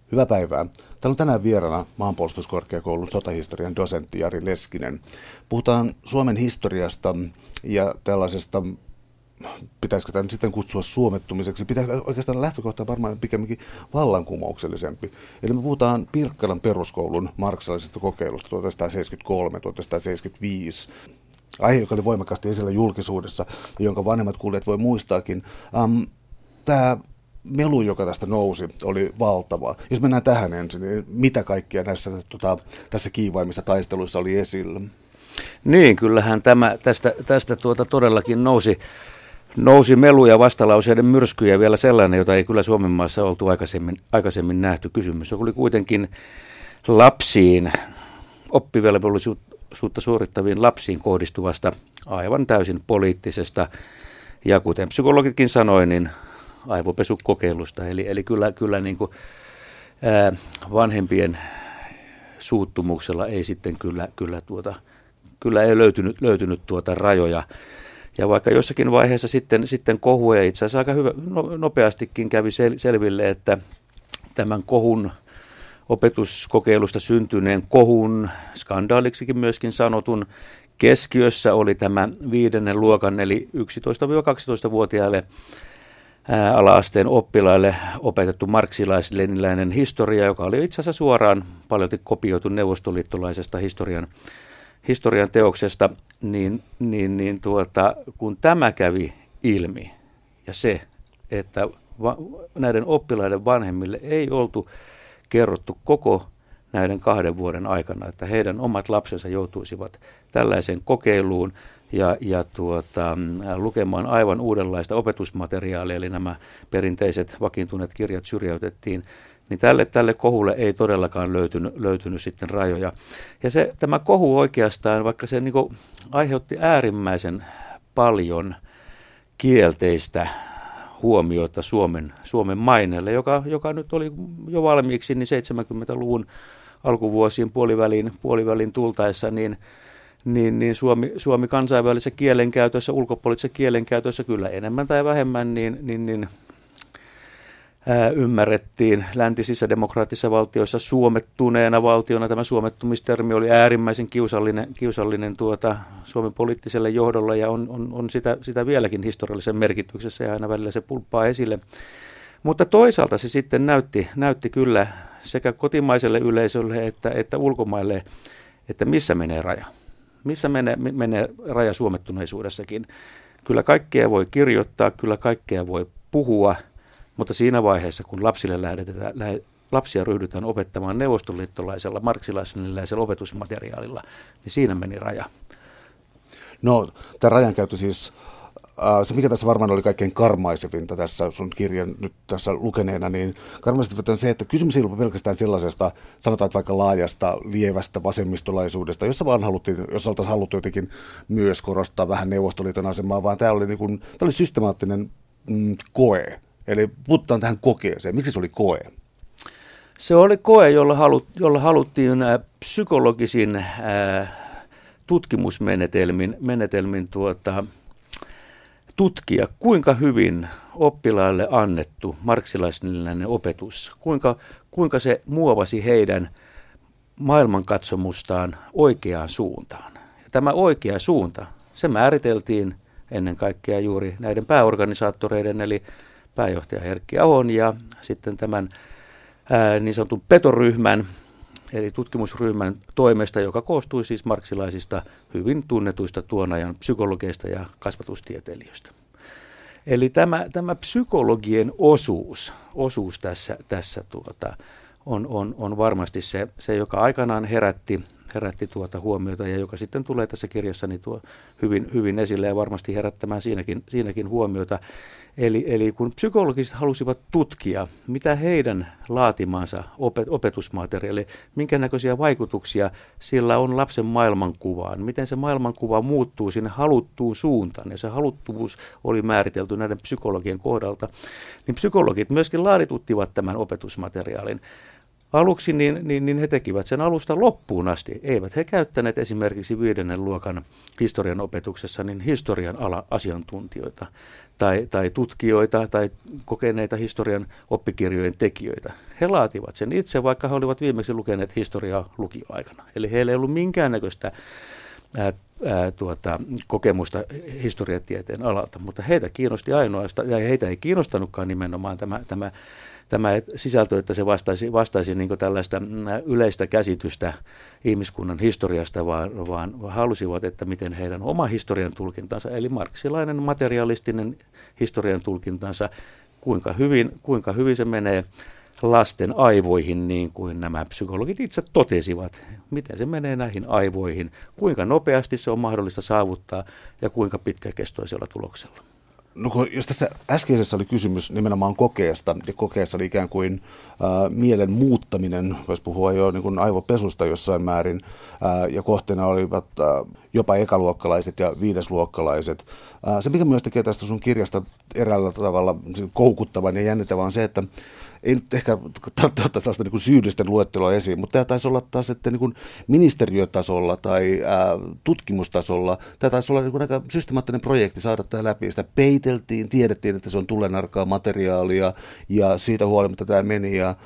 Hyvää päivää. Täällä on tänään vieraana Maanpuolustuskorkeakoulun sotahistorian dosentti Jari Leskinen. Puhutaan Suomen historiasta ja tällaisesta, pitäisikö tämä nyt sitten kutsua suomettumiseksi, pitäisi oikeastaan lähtökohtaa varmaan pikemminkin vallankumouksellisempi. Eli me puhutaan Pirkkalan peruskoulun marksilaisesta kokeilusta 1973-1975. Aihe, joka oli voimakkaasti esillä julkisuudessa ja jonka vanhemmat kuulijat voi muistaakin. Tämä melu, joka tästä nousi, oli valtava. Jos mennään tähän ensin, niin mitä kaikkia tässä kiivaimmissa taisteluissa oli esillä? Niin, kyllähän tästä todellakin nousi melu ja vastalauseiden myrskyjä vielä sellainen, jota ei kyllä Suomen maassa oltu aikaisemmin nähty. Kysymys oli kuitenkin lapsiin, oppivelvollisuutta suorittaviin lapsiin kohdistuvasta aivan täysin poliittisesta ja kuten psykologitkin sanoi, niin aivopesukokeilusta. Eli kyllä niin kuin, vanhempien suuttumuksella ei sitten kyllä ei löytynyt rajoja. Ja vaikka jossakin vaiheessa sitten kohua, ja itse asiassa aika nopeastikin kävi selville, että tämän kohun, opetuskokeilusta syntyneen kohun, skandaaliksikin myöskin sanotun, keskiössä oli tämä 5. luokan eli 11-12-vuotiaille ala-asteen oppilaille opetettu marksilais-leniläinen historia, joka oli itse asiassa suoraan paljolti kopioitu neuvostoliittolaisesta historian teoksesta, kun tämä kävi ilmi ja se, että näiden oppilaiden vanhemmille ei oltu kerrottu koko näiden 2 vuoden aikana, että heidän omat lapsensa joutuisivat tällaiseen kokeiluun ja lukemaan aivan uudenlaista opetusmateriaalia, eli nämä perinteiset vakiintuneet kirjat syrjäytettiin, niin tälle kohulle ei todellakaan löytynyt sitten rajoja. Ja tämä kohu oikeastaan, vaikka se niinku aiheutti äärimmäisen paljon kielteistä huomiota Suomen maineelle, joka nyt oli jo valmiiksi niin 70-luvun alkuvuosien puolivälin tultaessa, niin Suomi kansainvälisessä kielenkäytössä, ulkopoliittisessa kielenkäytössä kyllä enemmän tai vähemmän ymmärrettiin läntisissä demokraattisissa valtioissa suomettuneena valtiona. Tämä suomettumistermi oli äärimmäisen kiusallinen Suomen poliittiselle johdolle ja on sitä vieläkin historiallisen merkityksessä ja aina välillä se pulppaa esille. Mutta toisaalta se sitten näytti kyllä sekä kotimaiselle yleisölle että ulkomaille, että missä menee raja. Missä menee raja suomettuneisuudessakin. Kyllä kaikkea voi kirjoittaa, kyllä kaikkea voi puhua, mutta siinä vaiheessa, kun lapsia ryhdytään opettamaan neuvostoliittolaisella, marksilaisella opetusmateriaalilla, niin siinä meni raja. No, tämä rajankäyttö siis, se mikä tässä varmaan oli kaikkein karmaisevinta tässä sun kirjan nyt tässä lukeneena, niin karmaisevinta on se, että kysymys ei ollut pelkästään sellaisesta, sanotaan vaikka laajasta, lievästä vasemmistolaisuudesta, jossa oltaisiin haluttu jotenkin myös korostaa vähän Neuvostoliiton asemaa, vaan tämä oli systemaattinen koe. Eli puhutaan tähän kokeeseen. Miksi se oli koe? Se oli koe, jolla haluttiin psykologisin tutkimusmenetelmin tutkia, kuinka hyvin oppilaille annettu marksilaisnilainen opetus, kuinka se muovasi heidän maailmankatsomustaan oikeaan suuntaan. Ja tämä oikea suunta, se määriteltiin ennen kaikkea juuri näiden pääorganisaattoreiden, eli pääjohtaja Erkki Ahon ja sitten tämän niin sanotun petoryhmän, eli tutkimusryhmän toimesta, joka koostui siis marksilaisista hyvin tunnetuista tuon ajan psykologeista ja kasvatustieteilijöistä. Eli tämä psykologien osuus tässä on varmasti se, joka aikanaan herätti huomiota ja joka sitten tulee tässä kirjassani hyvin esille ja varmasti herättämään siinäkin huomiota. Eli kun psykologit halusivat tutkia, mitä heidän laatimansa opetusmateriaali, minkä näköisiä vaikutuksia sillä on lapsen maailmankuvaan, miten se maailmankuva muuttuu sinne haluttuun suuntaan, ja se haluttuvuus oli määritelty näiden psykologien kohdalta, niin psykologit myöskin laadituttivat tämän opetusmateriaalin aluksi, niin he tekivät sen alusta loppuun asti. Eivät he käyttäneet esimerkiksi 5. luokan historian opetuksessa niin historian asiantuntijoita tai tutkijoita tai kokeneita historian oppikirjojen tekijöitä. He laativat sen itse, vaikka he olivat viimeksi lukeneet historiaa lukioaikana. Eli heillä ei ollut minkäännäköistä kokemusta historiatieteen alalta, mutta heitä kiinnosti ainoastaan, ja heitä ei kiinnostanutkaan nimenomaan tämä sisältö, että se vastaisi niin kuin tällaista yleistä käsitystä ihmiskunnan historiasta, vaan halusivat, että miten heidän oma historian tulkintansa, eli marksilainen materialistinen historian tulkintansa, kuinka hyvin se menee lasten aivoihin, niin kuin nämä psykologit itse totesivat, miten se menee näihin aivoihin, kuinka nopeasti se on mahdollista saavuttaa ja kuinka pitkäkestoisella tuloksella. No, jos tässä äskeisessä oli kysymys nimenomaan kokeesta, ja kokeessa oli ikään kuin mielen muuttaminen, voisi puhua jo niin kuin aivopesusta jossain määrin, ja kohteena olivat jopa ekaluokkalaiset ja viidesluokkalaiset. Se, mikä myös tekee tästä sun kirjasta eräällä tavalla koukuttavan ja jännittävän, on se, että ei nyt ehkä ottaa sellaista niin kuin syyllisten luettelua esiin, mutta tämä taisi olla taas sitten niin kuin ministeriötasolla tai tutkimustasolla. Tämä taisi olla niin kuin aika systemaattinen projekti saada tämä läpi. Sitä peiteltiin, tiedettiin, että se on tulenarkaa materiaalia ja siitä huolimatta tämä meni ja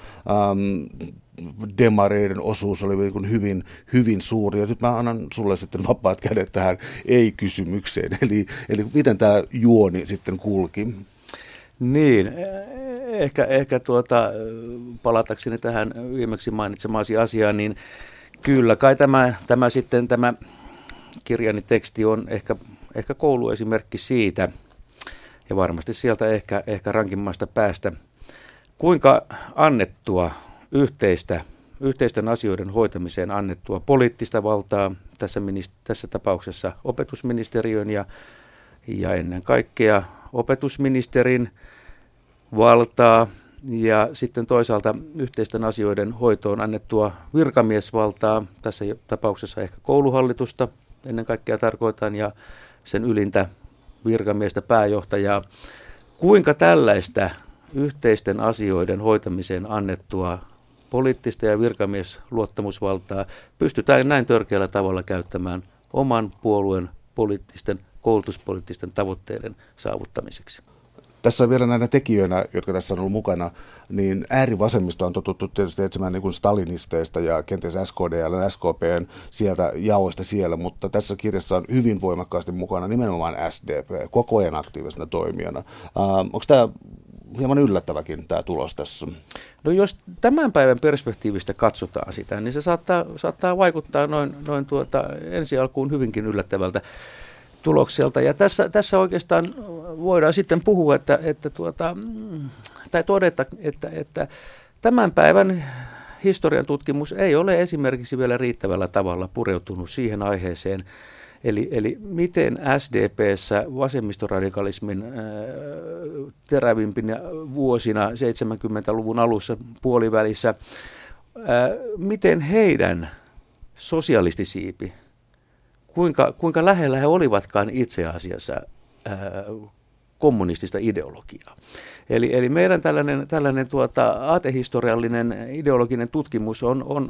demareiden osuus oli niin kuin hyvin, hyvin suuri. Ja nyt mä annan sulle sitten vapaat kädet tähän ei-kysymykseen. Eli miten tämä juoni sitten kulki? Niin, ehkä palatakseni tähän viimeksi mainitsemaasi asiaan, niin kyllä kai tämä kirjani teksti on ehkä kouluesimerkki siitä, ja varmasti sieltä ehkä rankimmasta päästä, kuinka annettua yhteisten asioiden hoitamiseen annettua poliittista valtaa tässä tapauksessa opetusministeriön ja ennen kaikkea opetusministerin valtaa ja sitten toisaalta yhteisten asioiden hoitoon annettua virkamiesvaltaa, tässä tapauksessa ehkä kouluhallitusta ennen kaikkea tarkoitan ja sen ylintä virkamiestä pääjohtajaa. Kuinka tällaista yhteisten asioiden hoitamiseen annettua poliittista ja virkamiesluottamusvaltaa pystytään näin törkeällä tavalla käyttämään oman puolueen poliittisten, koulutuspoliittisten tavoitteiden saavuttamiseksi? Tässä on vielä näinä tekijöinä, jotka tässä on ollut mukana, niin äärivasemmisto on totuttu tietysti etsimään niin kuin stalinisteista ja kenties SKDL ja SKPn sieltä jaoista siellä, mutta tässä kirjassa on hyvin voimakkaasti mukana nimenomaan SDP koko ajan aktiivisena toimijana. Onko tämä hieman yllättäväkin tämä tulos tässä? No jos tämän päivän perspektiivistä katsotaan sitä, niin se saattaa vaikuttaa noin ensi alkuun hyvinkin yllättävältä tulokselta. Ja tässä oikeastaan voidaan sitten puhua, tai todeta, että tämän päivän historian tutkimus ei ole esimerkiksi vielä riittävällä tavalla pureutunut siihen aiheeseen, eli miten SDP:ssä vasemmistoradikalismin terävimpinä vuosina 70-luvun alussa puolivälissä, miten heidän sosialistisiipi, kuinka lähellä he olivatkaan itse asiassa kommunistista ideologiaa. Eli meidän tällainen aatehistoriallinen ideologinen tutkimus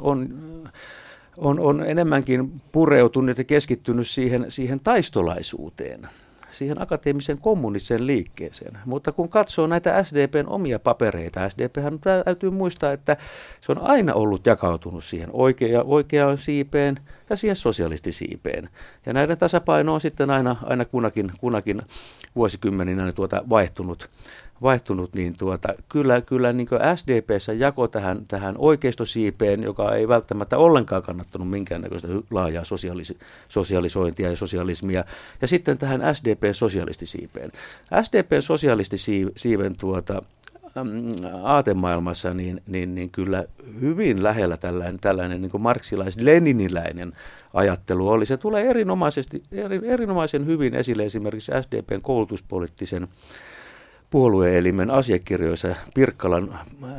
on enemmänkin pureutunut ja keskittynyt siihen taistolaisuuteen, siihen akateemisen kommunistiseen liikkeeseen. Mutta kun katsoo näitä SDPn omia papereita, SDPhän täytyy muistaa, että se on aina ollut jakautunut siihen oikeaan siipeen ja siihen sosialistisiipeen. Ja näiden tasapaino on sitten aina kunakin vuosikymmeninä vaihtunut, niin kyllä niin kuin SDP:ssä jako tähän oikeistosiipeen, joka ei välttämättä ollenkaan kannattanut minkäännäköistä laajaa sosialisointia ja sosialismia, ja sitten tähän SDP-sosialistisiipeen. SDP-sosialistisiiven aatemaailmassa niin kyllä hyvin lähellä tällainen niin kuin marksilais-leniniläinen ajattelu oli. Se tulee erinomaisen hyvin esille esimerkiksi SDPn koulutuspoliittisen puolueelimen asiakirjoissa Pirkkalan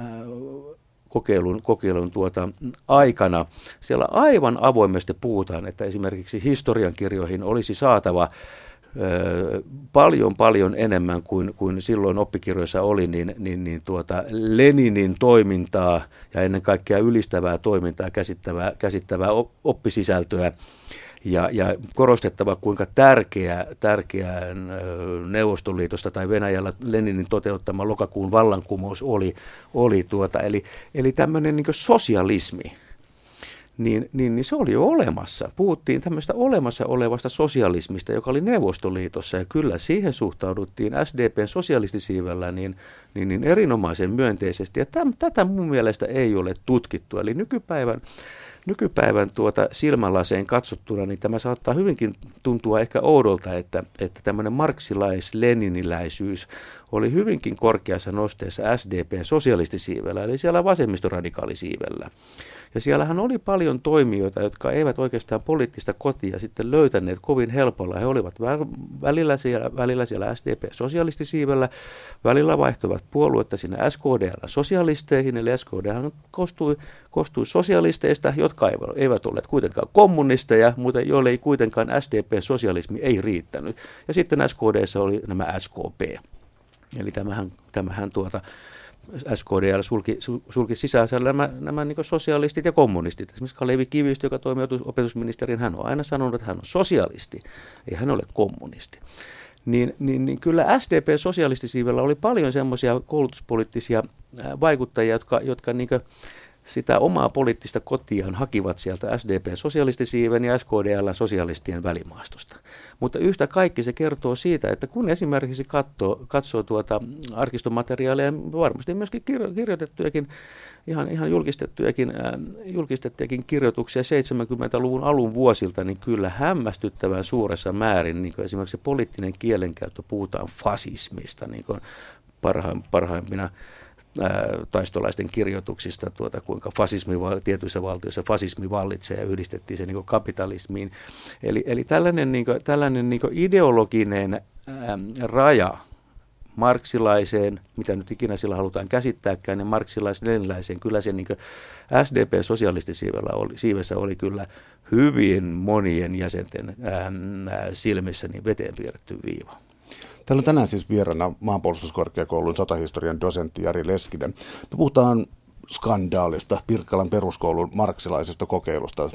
kokeilun aikana. Siellä aivan avoimesti puhutaan, että esimerkiksi historiankirjoihin olisi saatava paljon enemmän kuin silloin oppikirjoissa oli, Leninin toimintaa ja ennen kaikkea ylistävää toimintaa käsittävää oppisisältöä ja korostettava, kuinka tärkeä Neuvostoliitosta tai Venäjällä Leninin toteuttama lokakuun vallankumous oli eli tämmöinen niin kuin sosialismi. Niin se oli jo olemassa. Puhuttiin tämmöistä olemassa olevasta sosialismista, joka oli Neuvostoliitossa, ja kyllä siihen suhtauduttiin SDPn sosialistisiivellä niin erinomaisen myönteisesti, ja tätä mun mielestä ei ole tutkittu. Eli nykypäivän silmälaseen katsottuna, niin tämä saattaa hyvinkin tuntua ehkä oudolta, että tämmöinen marksilais-leniniläisyys oli hyvinkin korkeassa nosteessa SDPn sosialistisiivellä, eli siellä vasemmistoradikaalisiivellä. Ja siellähän oli paljon toimijoita, jotka eivät oikeastaan poliittista kotia sitten löytäneet kovin helpolla. He olivat välillä siellä SDP-sosialistisiivellä, välillä vaihtoivat puoluetta sinne SKDL-sosialisteihin, eli SKDL koostui sosialisteista, jotka eivät olleet kuitenkaan kommunisteja, mutta joille ei kuitenkaan SDP-sosialismi ei riittänyt. Ja sitten SKD:ssä oli nämä SKP. Eli tämähän SKDL sulki sisäänsä nämä niin sosialistit ja kommunistit. Esimerkiksi Kalevi Kivistö, joka toimii opetusministerin, hän on aina sanonut, että hän on sosialisti, ei hän ole kommunisti. Niin kyllä SDP-sosialistisiivellä oli paljon semmoisia koulutuspoliittisia vaikuttajia, jotka niin sitä omaa poliittista kotiaan hakivat sieltä SDPn sosialistisiiven ja SKDL:n sosialistien välimaastosta. Mutta yhtä kaikki se kertoo siitä, että kun esimerkiksi katsoo arkistomateriaaleja, varmasti myöskin kirjoitettujakin, ihan julkistettujakin kirjoituksia 70-luvun alun vuosilta, niin kyllä hämmästyttävän suuressa määrin, niin kuin esimerkiksi poliittinen kielenkäyttö, puhutaan fasismista, niin kuin parhaimpina taistolaisten kirjoituksista, kuinka tietyissä valtioissa fasismi vallitsee ja yhdistettiin se niin kapitalismiin. Eli tällainen niin ideologinen raja marksilaiseen, mitä nyt ikinä sillä halutaan käsittääkään, niin marksilais-leniläiseen, kyllä se niin SDP-sosialistisiivessä oli kyllä hyvin monien jäsenten silmissä niin veteen piirretty viiva. Täällä on tänään siis vieraana Maanpuolustuskorkeakoulun sotahistorian dosentti Jari Leskinen. Me puhutaan skandaalista, Pirkkalan peruskoulun marksilaisesta kokeilusta 1973-1975.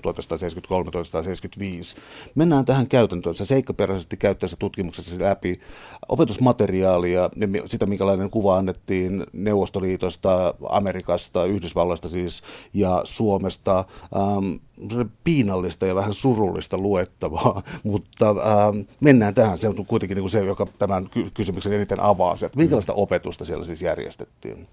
Mennään tähän käytäntöön. Sä seikkaperäisesti käyttäessä tutkimuksessa läpi opetusmateriaalia ja sitä, minkälainen kuva annettiin Neuvostoliitosta, Amerikasta, Yhdysvalloista siis ja Suomesta. Piinallista ja vähän surullista luettavaa, mutta mennään tähän. Se on kuitenkin niin kuin se, joka tämän kysymyksen eniten avaa. Minkälaista opetusta siellä siis järjestettiin?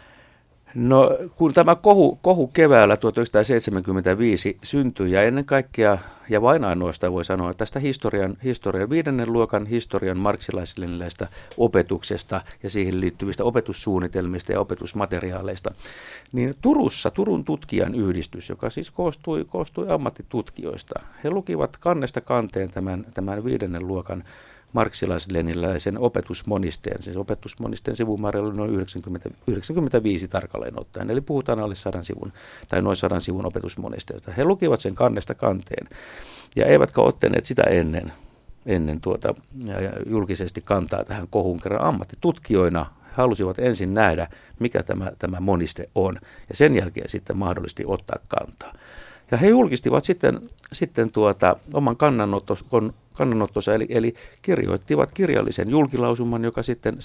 No, kun tämä kohu keväällä 1975 syntyi, ja ennen kaikkea, ja vain ainoastaan voi sanoa, tästä historian 5. luokan historian marksilais-leniläisestä opetuksesta ja siihen liittyvistä opetussuunnitelmista ja opetusmateriaaleista, niin Turun tutkijan yhdistys, joka siis koostui ammattitutkijoista, he lukivat kannesta kanteen tämän 5. luokan marksilais-leniläisen opetusmonisteen. Siis opetusmonisteen sivumäärä oli noin 95 tarkalleen ottaen, eli puhutaan alle 100 sivun tai noin 100 sivun opetusmonisteesta. He lukivat sen kannesta kanteen ja eivätkä ottaneet sitä ennen julkisesti kantaa tähän kohuun, kerran ammattitutkijoina halusivat ensin nähdä, mikä tämä moniste on, ja sen jälkeen sitten mahdollisesti ottaa kantaa. Ja he julkistivat sitten oman kannanottonsa, eli kirjoittivat kirjallisen julkilausuman, joka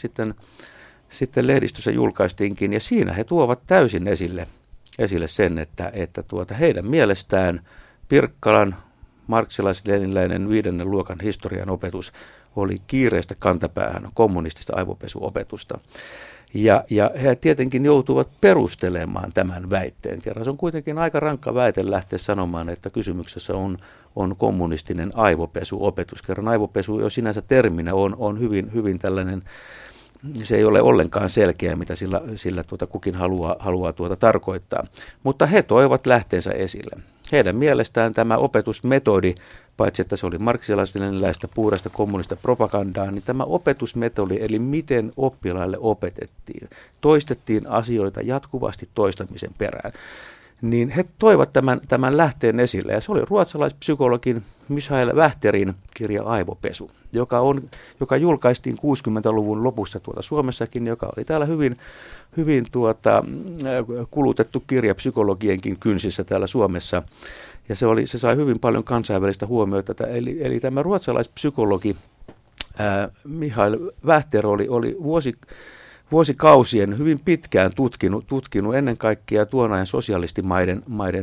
sitten lehdistössä julkaistiinkin, ja siinä he tuovat täysin esille sen, että heidän mielestään Pirkkalan marksilais-leniläinen 5. luokan historian opetus oli kiireistä kantapäähän kommunistista aivopesuopetusta. Ja he tietenkin joutuvat perustelemaan tämän väitteen. Kerran se on kuitenkin aika rankka väite lähteä sanomaan, että kysymyksessä on kommunistinen aivopesuopetus. Kerran aivopesu jo sinänsä terminä on hyvin tällainen, se ei ole ollenkaan selkeä, mitä sillä kukin haluaa tarkoittaa. Mutta he toivat lähteensä esille. Heidän mielestään tämä opetusmetodi, paitsi että se oli marksilais-leniläistä puhdasta kommunista propagandaa, niin tämä opetusmetodi, eli miten oppilaille opetettiin, toistettiin asioita jatkuvasti toistamisen perään, niin he toivat tämän lähteen esille. Ja se oli ruotsalaispsykologin Michael Vähterin kirja Aivopesu, joka julkaistiin 60-luvun lopussa Suomessakin, joka oli täällä hyvin kulutettu kirja psykologienkin kynsissä täällä Suomessa. Ja se sai hyvin paljon kansainvälistä huomiota. Eli tämä ruotsalaispsykologi Michael Vähter oli vuosikausien hyvin pitkään tutkinut ennen kaikkea tuon ajan sosialistimaiden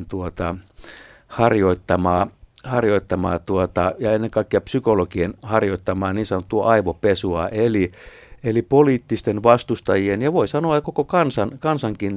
harjoittamaa ja ennen kaikkea psykologien harjoittamaa niin sanottua aivopesua, eli poliittisten vastustajien ja voi sanoa koko kansankin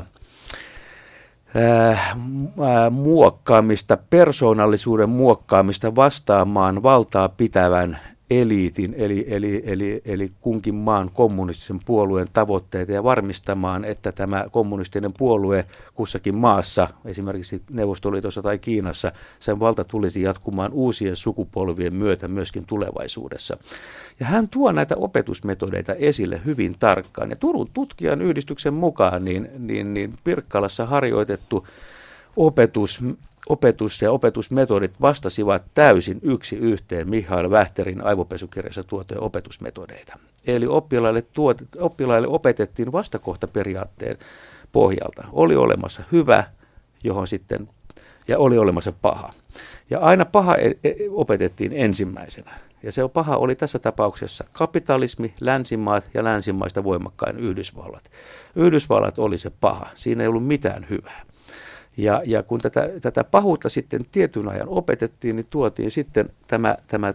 muokkaamista, persoonallisuuden muokkaamista vastaamaan valtaa pitävän eliitin, eli kunkin maan kommunistisen puolueen tavoitteita ja varmistamaan, että tämä kommunistinen puolue kussakin maassa, esimerkiksi Neuvostoliitossa tai Kiinassa, sen valta tulisi jatkumaan uusien sukupolvien myötä myöskin tulevaisuudessa. Ja hän tuo näitä opetusmetodeita esille hyvin tarkkaan. Ja Turun tutkijan yhdistyksen mukaan niin Pirkkalassa harjoitettu opetus ja opetusmetodit vastasivat täysin yksi yhteen Michael Vähterin aivopesukirjassa tuotuja opetusmetodeita. Eli oppilaille opetettiin vastakohtaperiaatteen pohjalta. Oli olemassa hyvä, ja oli olemassa paha. Ja aina paha opetettiin ensimmäisenä. Ja se paha oli tässä tapauksessa kapitalismi, länsimaat ja länsimaista voimakkain Yhdysvallat. Yhdysvallat oli se paha, siinä ei ollut mitään hyvää. Ja kun tätä pahuutta sitten tietyn ajan opetettiin, niin tuotiin sitten tämä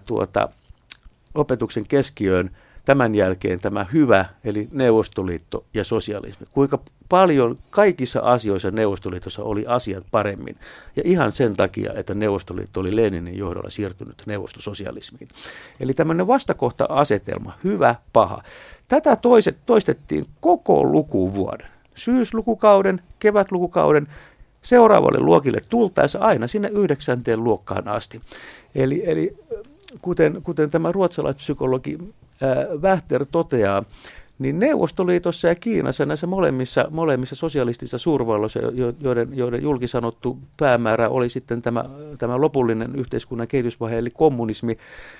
opetuksen keskiöön tämän jälkeen tämä hyvä, eli Neuvostoliitto ja sosialismi. Kuinka paljon kaikissa asioissa Neuvostoliitossa oli asiat paremmin. Ja ihan sen takia, että Neuvostoliitto oli Leninin johdolla siirtynyt neuvostososialismiin. Eli tämmöinen vastakohta-asetelma, hyvä, paha. Tätä toistettiin koko lukuvuoden. Syyslukukauden, kevätlukukauden, seuraavalle luokille tultaessa aina sinne 9. luokkaan asti. Eli kuten tämä ruotsalaispsykologi Vähter toteaa, niin Neuvostoliitossa ja Kiinassa näissä molemmissa sosialistisissa suurvalloissa, joiden julkisanottu päämäärä oli sitten tämä lopullinen yhteiskunnan kehitysvaihe eli kommunismi,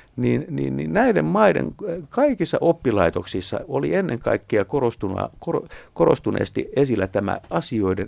niin näiden maiden kaikissa oppilaitoksissa oli ennen kaikkea korostuneesti esillä tämä asioiden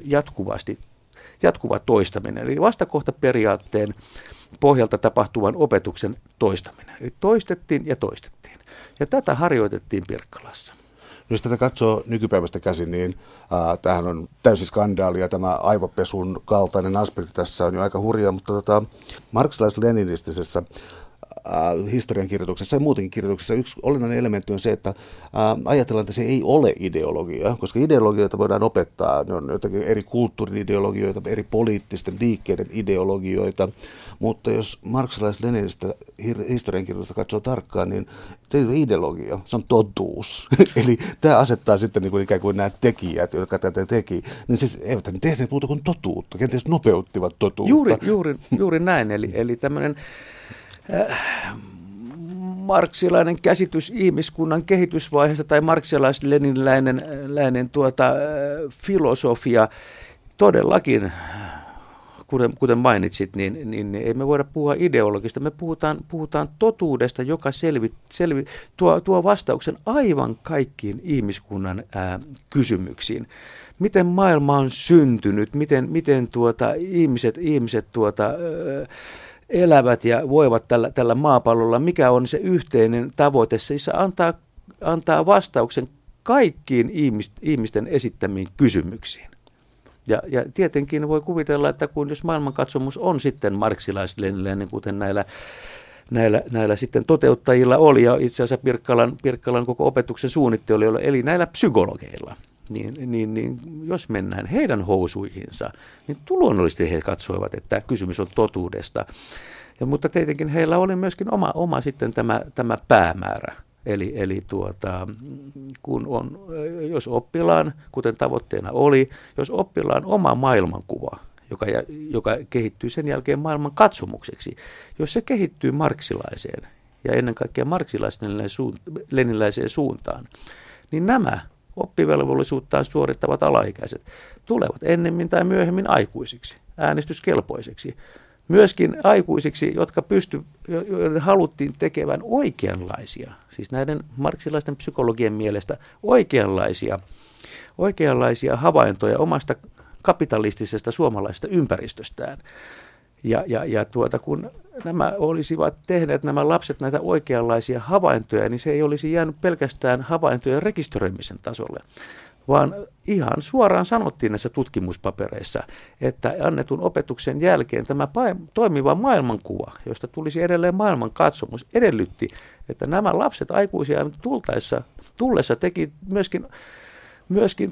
jatkuva toistaminen, eli vastakohtaperiaatteen pohjalta tapahtuvan opetuksen toistaminen. Eli toistettiin ja toistettiin. Ja tätä harjoitettiin Pirkkalassa. Jos tätä katsoo nykypäivästä käsin, niin tämähän on täysin skandaali ja tämä aivopesun kaltainen aspekti tässä on jo aika hurjaa, mutta marksalais-leninistisessä historiankirjoituksessa ja muutenkin kirjoituksessa yksi olennainen elementti on se, että ajatellaan, että se ei ole ideologia, koska ideologioita voidaan opettaa, ne on jotakin eri kulttuurin ideologioita, eri poliittisten liikkeiden ideologioita, mutta jos marksalais-leninistä historiankirjoitusta katsoo tarkkaan, niin se ei ole ideologia, se on totuus. Eli tämä asettaa sitten niin kuin ikään kuin nämä tekijät, jotka tätä teki, niin siis eivät ne tehneet muuta kuin totuutta, kenties nopeuttivat totuutta. Juuri näin, eli tämmöinen marksilainen käsitys ihmiskunnan kehitysvaiheesta tai marksilais-leniniläinen filosofia todellakin, kuten mainitsit, niin ei me voida puhua ideologista, me puhutaan totuudesta, joka tuo vastauksen aivan kaikkiin ihmiskunnan kysymyksiin. Miten maailma on syntynyt, miten ihmiset elävät ja voivat tällä maapallolla, mikä on se yhteinen tavoite, se antaa vastauksen kaikkiin ihmisten esittämiin kysymyksiin. Ja tietenkin voi kuvitella, että jos maailmankatsomus on sitten marksilais-leniniläinen, kuten näillä sitten toteuttajilla oli, ja itse asiassa Pirkkalan koko opetuksen suunnittelijoilla, eli näillä psykologeilla, niin jos mennään heidän housuihinsa, niin luonnollisesti he katsoivat, että kysymys on totuudesta. Mutta tietenkin heillä oli myöskin oma sitten tämä päämäärä. Eli jos oppilaan, kuten tavoitteena oli, jos oppilaan oma maailmankuva, joka kehittyy sen jälkeen maailman katsomukseksi, jos se kehittyy marksilaiseen ja ennen kaikkea marksilais-leniläiseen suuntaan, niin nämä oppivelvollisuuttaan suorittavat alaikäiset tulevat ennemmin tai myöhemmin aikuisiksi, äänestyskelpoisiksi. Myöskin aikuisiksi, joiden haluttiin tekevän oikeanlaisia, siis näiden marksilaisten psykologien mielestä oikeanlaisia havaintoja omasta kapitalistisesta suomalaisesta ympäristöstään. Kun nämä olisivat tehneet nämä lapset näitä oikeanlaisia havaintoja, niin se ei olisi jäänyt pelkästään havaintojen rekisteröimisen tasolle, vaan ihan suoraan sanottiin näissä tutkimuspapereissa, että annetun opetuksen jälkeen tämä toimiva maailmankuva, josta tulisi edelleen maailmankatsomus, edellytti, että nämä lapset aikuisia tullessa teki myöskin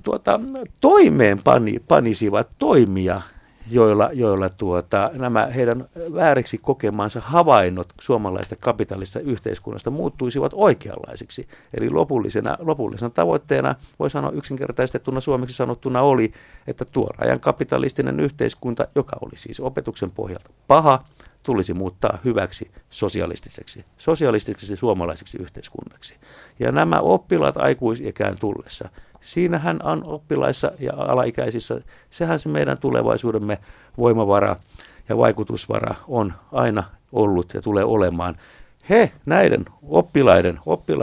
toimeenpanisivat toimia, joilla nämä heidän vääriksi kokemansa havainnot suomalaisesta kapitalistisesta yhteiskunnasta muuttuisivat oikeanlaisiksi. Eli lopullisena tavoitteena, voi sanoa yksinkertaistettuna suomeksi sanottuna, oli, että tuo ajan kapitalistinen yhteiskunta, joka oli siis opetuksen pohjalta paha, tulisi muuttaa hyväksi sosialistiseksi suomalaiseksi yhteiskunnaksi. Ja nämä oppilaat aikuisikään tullessa, siinähän on oppilaissa ja alaikäisissä, sehän se meidän tulevaisuudemme voimavara ja vaikutusvara on aina ollut ja tulee olemaan. He näiden oppilaiden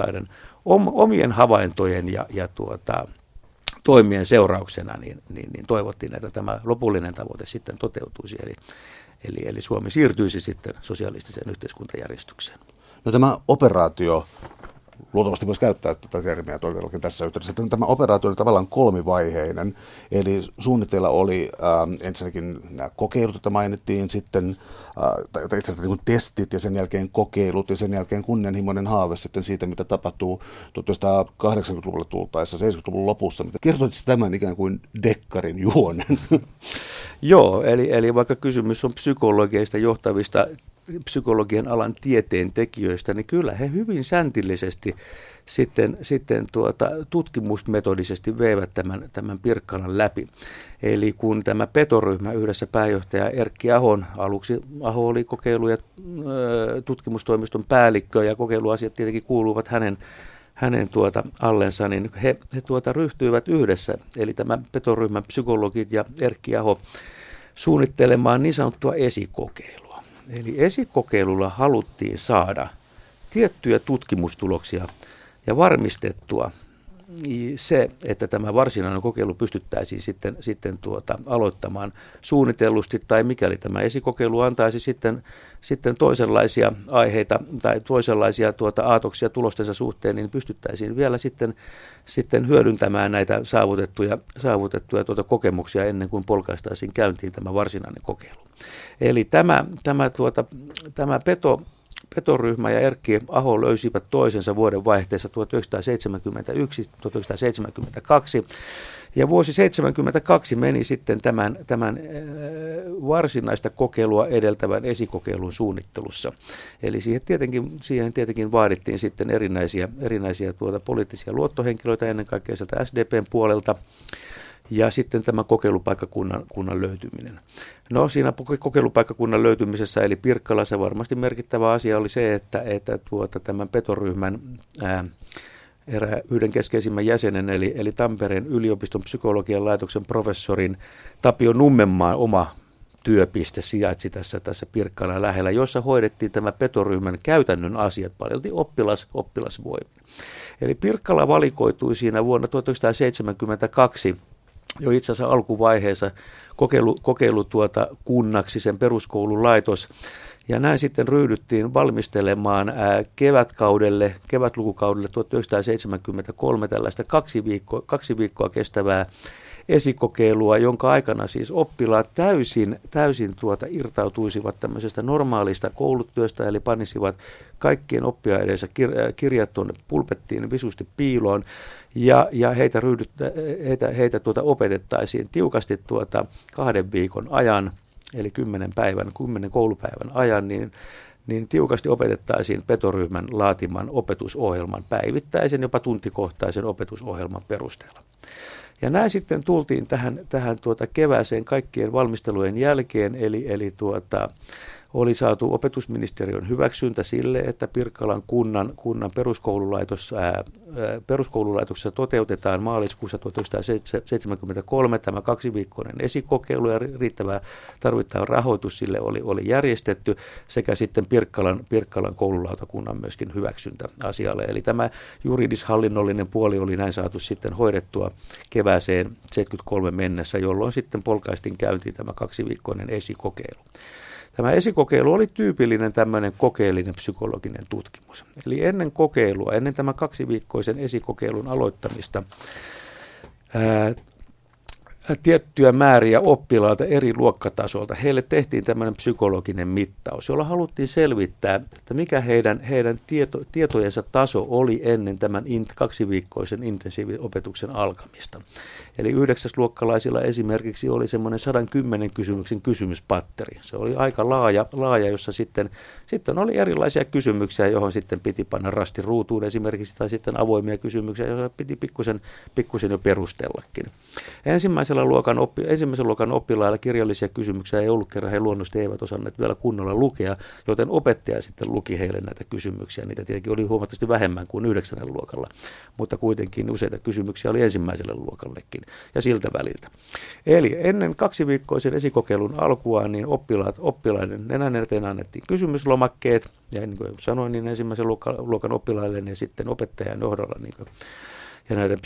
omien havaintojen ja toimien seurauksena niin toivottiin, että tämä lopullinen tavoite sitten toteutuisi. Eli Suomi siirtyisi sitten sosialistiseen yhteiskuntajärjestykseen. No tämä operaatio, luultavasti voisi käyttää tätä termiä todellakin tässä yhteydessä. Tämä operaatio oli tavallaan kolmivaiheinen, eli suunnitteilla oli ensinnäkin nämä kokeilut, joita mainittiin, sitten tai itse asiassa niin testit ja sen jälkeen kokeilut ja sen jälkeen kunnianhimoinen haave sitten siitä, mitä tapahtuu 1980-luvulle tultaessa, 70-luvun lopussa. Kertoitko tämän ikään kuin dekkarin juonen? Joo, eli vaikka kysymys on psykologeista johtavista psykologian alan tieteen tekijöistä, niin kyllä he hyvin säntillisesti sitten tutkimusmetodisesti veivät tämän Pirkkalan läpi. Eli kun tämä Peto-ryhmä yhdessä pääjohtaja Erkki Ahon, aluksi Aho oli kokeilu- ja tutkimustoimiston päällikkö ja kokeiluasiat tietenkin kuuluvat hänen allensa, niin he ryhtyivät yhdessä, eli tämä Peto-ryhmän psykologit ja Erkki Aho suunnittelemaan niin sanottua esikokeilua. Eli esikokeilulla haluttiin saada tiettyjä tutkimustuloksia ja varmistettua se, että tämä varsinainen kokeilu pystyttäisiin sitten aloittamaan suunnitellusti, tai mikäli tämä esikokeilu antaisi sitten toisenlaisia aiheita tai toisenlaisia aatoksia tulostensa suhteen, niin pystyttäisiin vielä sitten hyödyntämään näitä saavutettuja kokemuksia ennen kuin polkaistaisiin käyntiin tämä varsinainen kokeilu. Eli tämä Peto-ryhmä ja Erkki Aho löysivät toisensa vuoden vaihteessa 1971-1972, ja vuosi 1972 meni sitten tämän varsinaista kokeilua edeltävän esikokeilun suunnittelussa. Eli siihen tietenkin vaadittiin sitten erinäisiä poliittisia luottohenkilöitä, ennen kaikkea sieltä SDPn puolelta, ja sitten tämä kokeilupaikkakunnan löytyminen. No siinä kokeilupaikkakunnan löytymisessä, eli Pirkkalassa varmasti merkittävä asia oli se, että tämän Peto-ryhmän yhden keskeisimmän jäsenen, eli Tampereen yliopiston psykologian laitoksen professorin Tapio Nummenmaan oma työpiste sijaitsi tässä Pirkkalan lähellä, jossa hoidettiin tämä Peto-ryhmän käytännön asiat paljolti oppilasvoimin. Eli Pirkkala valikoitui siinä vuonna 1972 jo itse asiassa alkuvaiheessa kokeilukunnaksi sen peruskoulun laitos. Ja näin sitten ryhdyttiin valmistelemaan kevätlukukaudelle 1973 tällaista 2 viikkoa kestävää esikokeilua, jonka aikana siis oppilaat täysin irtautuisivat tämmöisestä normaalista koulutyöstä, eli panisivat kaikkien oppiaineissa kirjat tuonne pulpettiin visusti piiloon, ja heitä opetettaisiin tiukasti 2 viikon ajan, eli 10 koulupäivän ajan, niin tiukasti opetettaisiin Peto-ryhmän laatiman opetusohjelman päivittäisen, jopa tuntikohtaisen opetusohjelman perusteella. Ja näin sitten tultiin tähän kevääseen kaikkien valmistelujen jälkeen, eli oli saatu opetusministeriön hyväksyntä sille, että Pirkkalan kunnan peruskoululaitoksessa toteutetaan maaliskuussa 1973 tämä 2-viikkoinen esikokeilu ja riittävä tarvittava rahoitus sille oli järjestetty sekä sitten Pirkkalan koululautakunnan myöskin hyväksyntä asialle. Eli tämä juridishallinnollinen puoli oli näin saatu sitten hoidettua kevääseen 1973 mennessä, jolloin sitten polkaistiin käyntiin tämä 2-viikkoinen esikokeilu. Tämä esikokeilu oli tyypillinen tämmöinen kokeellinen psykologinen tutkimus. Eli ennen kokeilua, ennen tämän 2-viikkoisen esikokeilun aloittamista, tiettyjä määriä oppilailta eri luokkatasolta. Heille tehtiin tämmöinen psykologinen mittaus, jolla haluttiin selvittää, että mikä heidän tietojensa taso oli ennen tämän 2-viikkoisen intensiiviopetuksen alkamista. Eli 9-luokkalaisilla esimerkiksi oli semmoinen 110 kysymyksen kysymyspatteri. Se oli aika laaja jossa sitten oli erilaisia kysymyksiä, johon sitten piti panna rasti ruutuun esimerkiksi, tai sitten avoimia kysymyksiä, joita piti pikkusen jo perustellakin. Ensimmäisen luokan oppilailla kirjallisia kysymyksiä ei ollut, kerran he luonnollisesti eivät osanneet vielä kunnolla lukea, joten opettaja sitten luki heille näitä kysymyksiä. Niitä tietenkin oli huomattavasti vähemmän kuin 9. luokalla, mutta kuitenkin useita kysymyksiä oli ensimmäiselle luokallekin ja siltä väliltä. Eli ennen 2-viikkoisen esikokeilun alkua niin oppilaiden nenän eteen annettiin kysymyslomakkeet, ja niin kuin sanoin, niin ensimmäisen luokan oppilaille ja sitten opettajan johdolla ja näiden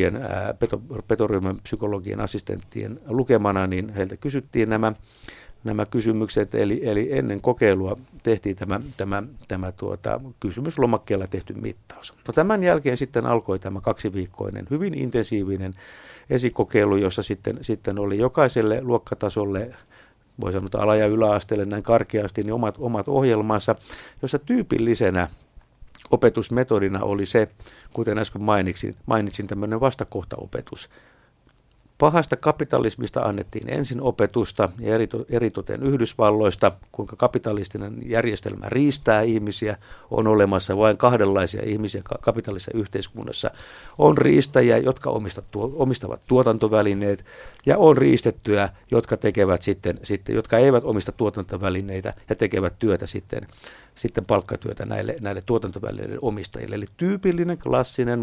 petoryhmän psykologien assistenttien lukemana, niin heiltä kysyttiin nämä kysymykset, eli ennen kokeilua tehtiin tämä kysymyslomakkeella tehty mittaus. No, tämän jälkeen sitten alkoi tämä 2-viikkoinen hyvin intensiivinen esikokeilu, jossa sitten oli jokaiselle luokkatasolle, voi sanoa ala- ja yläasteelle näin karkeasti, niin omat ohjelmansa, jossa tyypillisenä opetusmetodina oli se, kuten äsken mainitsin tämmöinen vastakohtaopetus. Pahasta kapitalismista annettiin ensin opetusta ja eritoten Yhdysvalloista, kuinka kapitalistinen järjestelmä riistää ihmisiä. On olemassa vain kahdenlaisia ihmisiä kapitalistisessa yhteiskunnassa. On riistäjiä, jotka omistavat tuotantovälineet, ja on riistettyjä, jotka tekevät sitten, jotka eivät omista tuotantovälineitä ja tekevät työtä sitten palkkatyötä näille tuotantovälineiden omistajille. Eli tyypillinen, klassinen,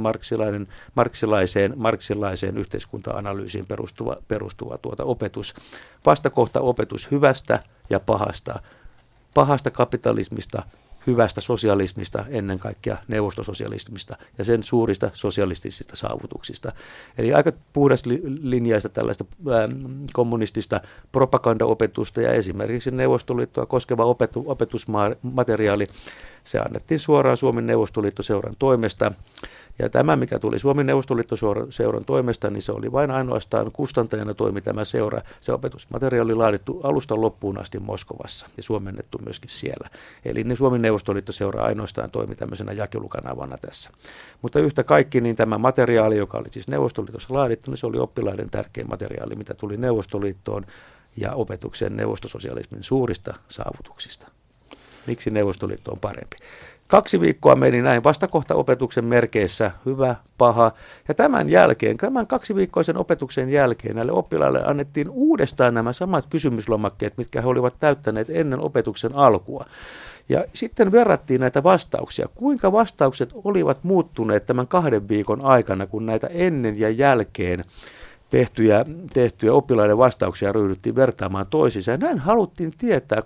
marksilaiseen yhteiskunta-analyysiin perustuva opetus. Vastakohta-opetus hyvästä ja pahasta kapitalismista, hyvästä sosialismista, ennen kaikkea neuvostososialismista ja sen suurista sosialistisista saavutuksista. Eli aika puhdaslinjaista tällaista kommunistista propagandaopetusta ja esimerkiksi Neuvostoliittoa koskeva opetusmateriaali, se annettiin suoraan Suomen Neuvostoliittoseuran toimesta. Ja tämä, mikä tuli Suomen Neuvostoliittoseuran toimesta, niin se oli vain ainoastaan kustantajana toimi tämä seura. Se opetusmateriaali laadittu alusta loppuun asti Moskovassa ja suomennettu myöskin siellä. Eli Suomen Neuvostoliittoseura ainoastaan toimi tämmöisenä jakelukanavana tässä. Mutta yhtä kaikki, niin tämä materiaali, joka oli siis Neuvostoliitossa laadittu, niin se oli oppilaiden tärkein materiaali, mitä tuli Neuvostoliittoon ja opetuksen neuvostososialismin suurista saavutuksista. Miksi Neuvostoliitto on parempi? 2 viikkoa meni näin vastakohtaopetuksen merkeissä, hyvä, paha. Ja tämän 2-viikkoisen opetuksen jälkeen näille oppilaille annettiin uudestaan nämä samat kysymyslomakkeet, mitkä he olivat täyttäneet ennen opetuksen alkua. Ja sitten verrattiin näitä vastauksia, kuinka vastaukset olivat muuttuneet tämän 2 viikon aikana, kun näitä ennen ja jälkeen tehtyjä oppilaiden vastauksia ryhdyttiin vertaamaan toisiinsa. Ja näin haluttiin tietää,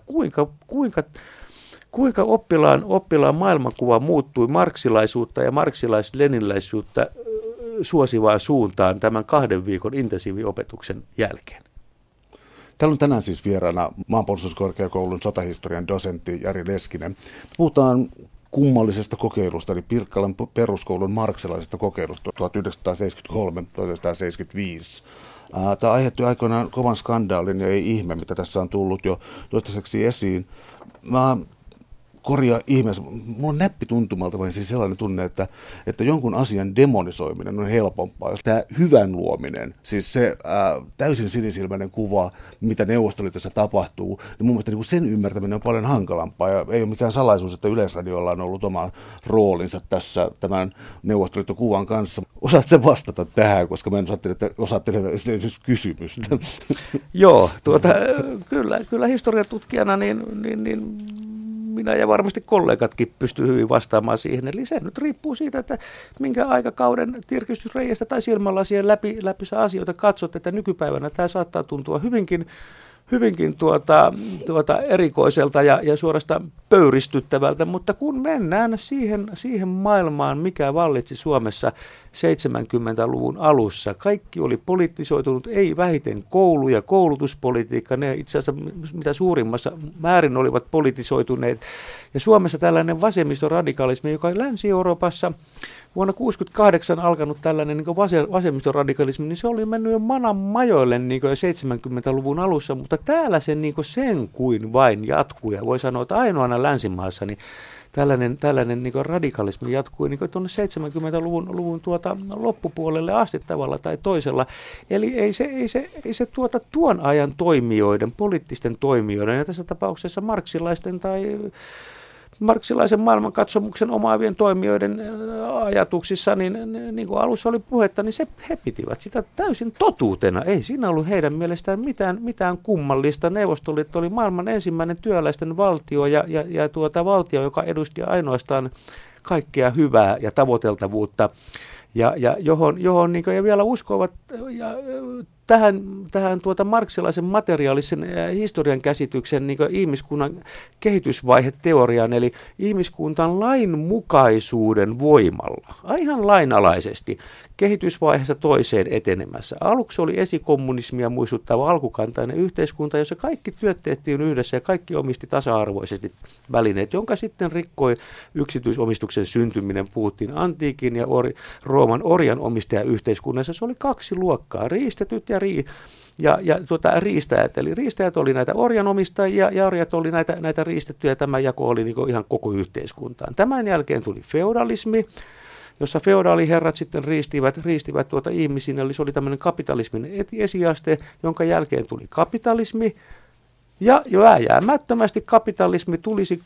kuinka oppilaan maailmankuva muuttui marksilaisuutta ja marksilais-leniniläisyyttä suosivaan suuntaan tämän 2 viikon intensiiviopetuksen jälkeen. Täällä on tänään siis vieraana Maanpuolustuskorkeakoulun sotahistorian dosentti Jari Leskinen. Puhutaan kummallisesta kokeilusta, eli Pirkkalan peruskoulun marksilaisesta kokeilusta 1973-1975. Tämä aiheutti aikoinaan kovan skandaalin ja ei ihme, mitä tässä on tullut jo toistaiseksi esiin. Mä korjaa ihmeessä. Mulla on näppituntumalta vain siis sellainen tunne, että jonkun asian demonisoiminen on helpompaa. Tämä hyvän luominen, siis se täysin sinisilmäinen kuva, mitä Neuvostoliitossa tapahtuu, niin mun mielestä niin sen ymmärtäminen on paljon hankalampaa. Ja ei ole mikään salaisuus, että Yleisradiolla on ollut oma roolinsa tässä tämän Neuvostoliittokuvan kanssa. Osaatko sä vastata tähän, koska mä en osaatte esimerkiksi kysymystä? Joo, kyllä historiatutkijana niin minä ja varmasti kollegatkin pystyy hyvin vastaamaan siihen. Eli se nyt riippuu siitä, että minkä aikakauden tirkistysreiästä tai silmälasien läpi sä asioita katsot, että nykypäivänä tämä saattaa tuntua hyvinkin erikoiselta ja suorastaan pöyristyttävältä, mutta kun mennään siihen maailmaan, mikä vallitsi Suomessa 70-luvun alussa, kaikki oli politisoitunut, ei vähiten koulu ja koulutuspolitiikka, ne itse asiassa mitä suurimmassa määrin olivat politisoituneet. Ja Suomessa tällainen vasemmistoradikalismi, joka Länsi-Euroopassa vuonna 1968 alkanut tällainen niin vasemmistoradikalismi, niin se oli mennyt jo manan majoille niin jo 70-luvun alussa, mutta täällä se niin sen kuin vain jatkuu. Ja voi sanoa, että ainoana länsimaassa niin tällainen niin radikalismi jatkui niin tuonne 70-luvun loppupuolelle asti tavalla tai toisella. Eli ei se tuon ajan toimijoiden, poliittisten toimijoiden ja tässä tapauksessa marksilaisten tai marksilaisen maailmankatsomuksen omaavien toimijoiden ajatuksissa, niin kuin alussa oli puhetta, niin he pitivät sitä täysin totuutena. Ei siinä ollut heidän mielestään mitään kummallista. Neuvostoliitto oli maailman ensimmäinen työläisten valtio ja valtio, joka edusti ainoastaan kaikkea hyvää ja tavoiteltavuutta. Ja johon niin ja vielä uskovat tähän marksilaisen materiaalisen historian käsityksen niin ihmiskunnan kehitysvaiheteoriaan, eli ihmiskuntan lainmukaisuuden voimalla, ihan lainalaisesti, kehitysvaiheessa toiseen etenemässä. Aluksi oli esikommunismia muistuttava alkukantainen yhteiskunta, jossa kaikki työt tehtiin yhdessä ja kaikki omisti tasa-arvoisesti välineet, jonka sitten rikkoi yksityisomistuksen syntyminen. Puhuttiin antiikin ja Rooman orjan omistajayhteiskunnassa. Se oli kaksi luokkaa, riistetyt ja riistäjät. Eli riistäjät oli näitä orjanomistajia ja orjat oli näitä riistettyjä. Tämä jako oli niin ihan koko yhteiskuntaan. Tämän jälkeen tuli feudalismi, jossa feodaaliherrat sitten riistivät ihmisiin. Eli se oli tämmöinen kapitalismin esiaste, jonka jälkeen tuli kapitalismi. Ja jo vääjäämättömästi kapitalismi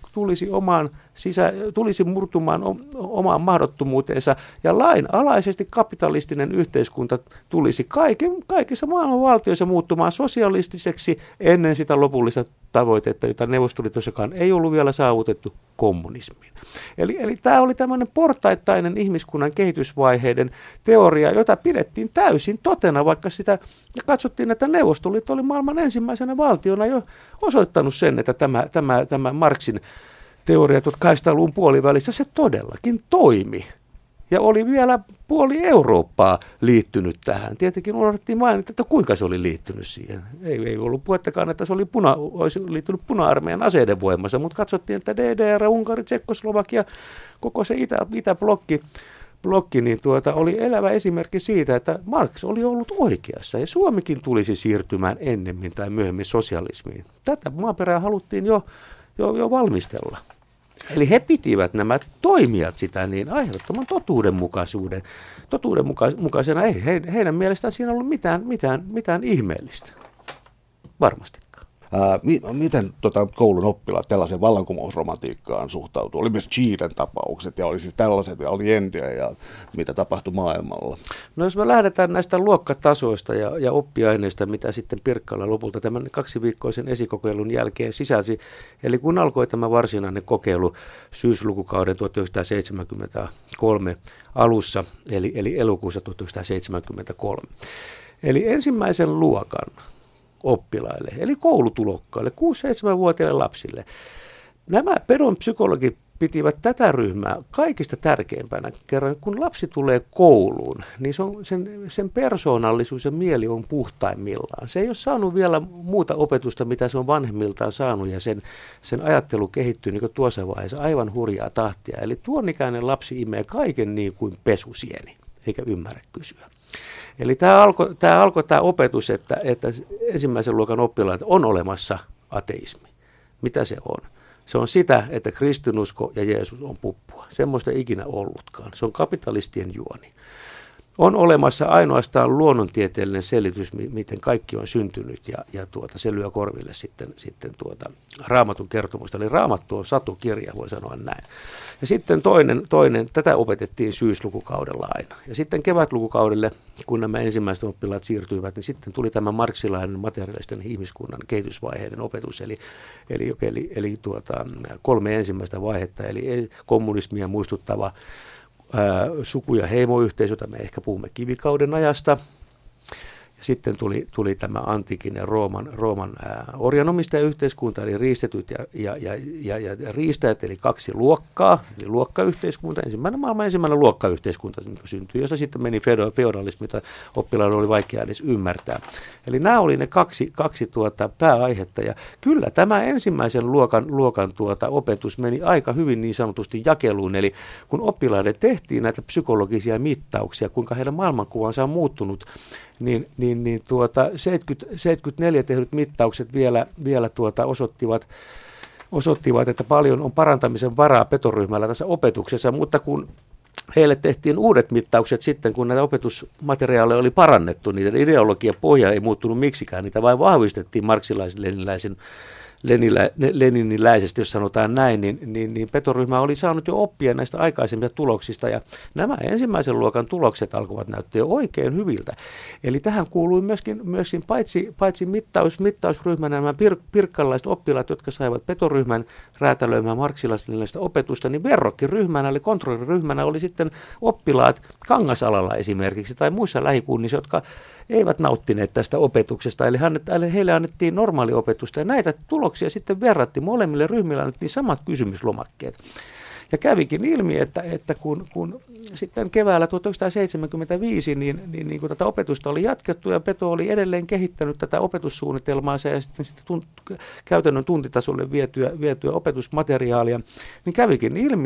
tulisi murtumaan omaan mahdottomuuteensa ja lainalaisesti kapitalistinen yhteiskunta tulisi kaikissa maailman valtioissa muuttumaan sosialistiseksi ennen sitä lopullista tavoitetta, jota Neuvostoliitossakaan ei ollut vielä saavutettu, kommunismiin. Eli tämä oli tämmöinen portaittainen ihmiskunnan kehitysvaiheiden teoria, jota pidettiin täysin totena, vaikka sitä ja katsottiin, että Neuvostoliitto oli maailman ensimmäisenä valtiona jo osoittanut sen, että tämä Marxin teoria 1800-luvun puolivälissä se todellakin toimi. Ja oli vielä puoli Eurooppaa liittynyt tähän. Tietenkin unohdettiin mainita, että kuinka se oli liittynyt siihen. Ei ollut puhettakaan, että se olisi liittynyt puna-armeijan aseiden voimassa, mutta katsottiin, että DDR, Unkari, Tsekkoslovakia, koko se itäblokki niin oli elävä esimerkki siitä, että Marx oli ollut oikeassa ja Suomikin tulisi siirtymään ennemmin tai myöhemmin sosialismiin. Tätä maaperää haluttiin jo valmistella. Eli he pitivät nämä toimijat sitä niin aiheuttoman totuudenmukaisena. Ei heidän mielestään siinä ollut mitään ihmeellistä. Varmastikaan. Miten koulun oppilaat tällaiseen vallankumousromantiikkaan suhtautuu? Oli myös Chilen tapaukset ja oli siis tällaiset aliendia ja mitä tapahtui maailmalla? No jos me lähdetään näistä luokkatasoista ja oppiaineista, mitä sitten Pirkkalan lopulta tämän 2-viikkoisen esikokeilun jälkeen sisälsi. Eli kun alkoi tämä varsinainen kokeilu syyslukukauden 1973 alussa, eli elokuussa 1973. Eli ensimmäisen luokan oppilaille, eli koulutulokkaille, 6-7-vuotiaille lapsille. Nämä pedonpsykologit pitivät tätä ryhmää kaikista tärkeimpänä. Kerran kun lapsi tulee kouluun, niin sen persoonallisuus ja mieli on puhtaimmillaan. Se ei ole saanut vielä muuta opetusta, mitä se on vanhemmiltaan saanut, ja sen ajattelu kehittyy niin tuossa vaiheessa aivan hurjaa tahtia. Eli tuon ikäinen lapsi imee kaiken niin kuin pesusieni, eikä ymmärrä kysyä. Eli tämä opetus, että ensimmäisen luokan oppilaat on olemassa ateismi. Mitä se on? Se on sitä, että kristinusko ja Jeesus on puppua. Semmoista ei ikinä ollutkaan. Se on kapitalistien juoni. On olemassa ainoastaan luonnontieteellinen selitys, miten kaikki on syntynyt, ja se lyö korville sitten Raamatun kertomusta. Eli Raamattu on satukirja, voi sanoa näin. Ja sitten toinen, tätä opetettiin syyslukukaudella aina. Ja sitten kevätlukukaudelle, kun nämä ensimmäiset oppilaat siirtyivät, niin sitten tuli tämä marxilainen materiaalisten ihmiskunnan kehitysvaiheiden opetus, eli 3 ensimmäistä vaihetta, eli kommunismia muistuttava suku- ja heimoyhteisö, jota me ehkä puhumme kivikauden ajasta. Ja sitten tuli tämä antiikinen Rooman orjanomistajayhteiskunta, eli riistetyt ja riistäjät, eli 2 luokkaa, eli luokkayhteiskunta. Ensimmäinen luokkayhteiskunta syntyi, jossa sitten meni feodalismi, jota oppilailla oli vaikea edes ymmärtää. Eli nämä oli ne kaksi pääaihetta, ja kyllä tämä ensimmäisen luokan opetus meni aika hyvin niin sanotusti jakeluun, eli kun oppilaille tehtiin näitä psykologisia mittauksia, kuinka heidän maailmankuvansa on muuttunut, niin 74 tehdyt mittaukset vielä osoittivat, että paljon on parantamisen varaa petoryhmällä tässä opetuksessa, mutta kun heille tehtiin uudet mittaukset sitten, kun näitä opetusmateriaaleja oli parannettu, niiden ideologian pohja ei muuttunut miksikään, niitä vain vahvistettiin leniniläisesti, jos sanotaan näin, niin petoryhmä oli saanut jo oppia näistä aikaisemmista tuloksista, ja nämä ensimmäisen luokan tulokset alkoivat näyttää jo oikein hyviltä. Eli tähän kuului myöskin paitsi mittausryhmänä nämä pirkkalaiset oppilaat, jotka saivat petoryhmän räätälöimään marksilaista opetusta, niin verrokkiryhmänä, eli kontrolliryhmänä oli sitten oppilaat Kangasalalla esimerkiksi, tai muissa lähikunnissa, jotka eivät nauttineet tästä opetuksesta, eli heille annettiin normaaliopetusta, ja näitä tuloksia sitten verrattiin, molemmille ryhmille annettiin samat kysymyslomakkeet. Ja kävikin ilmi, että kun sitten keväällä 1975 niin kun tätä opetusta oli jatkettu ja Peto oli edelleen kehittänyt tätä opetussuunnitelmaansa ja sitten käytännön tuntitasolle vietyä opetusmateriaalia, niin kävikin ilmi,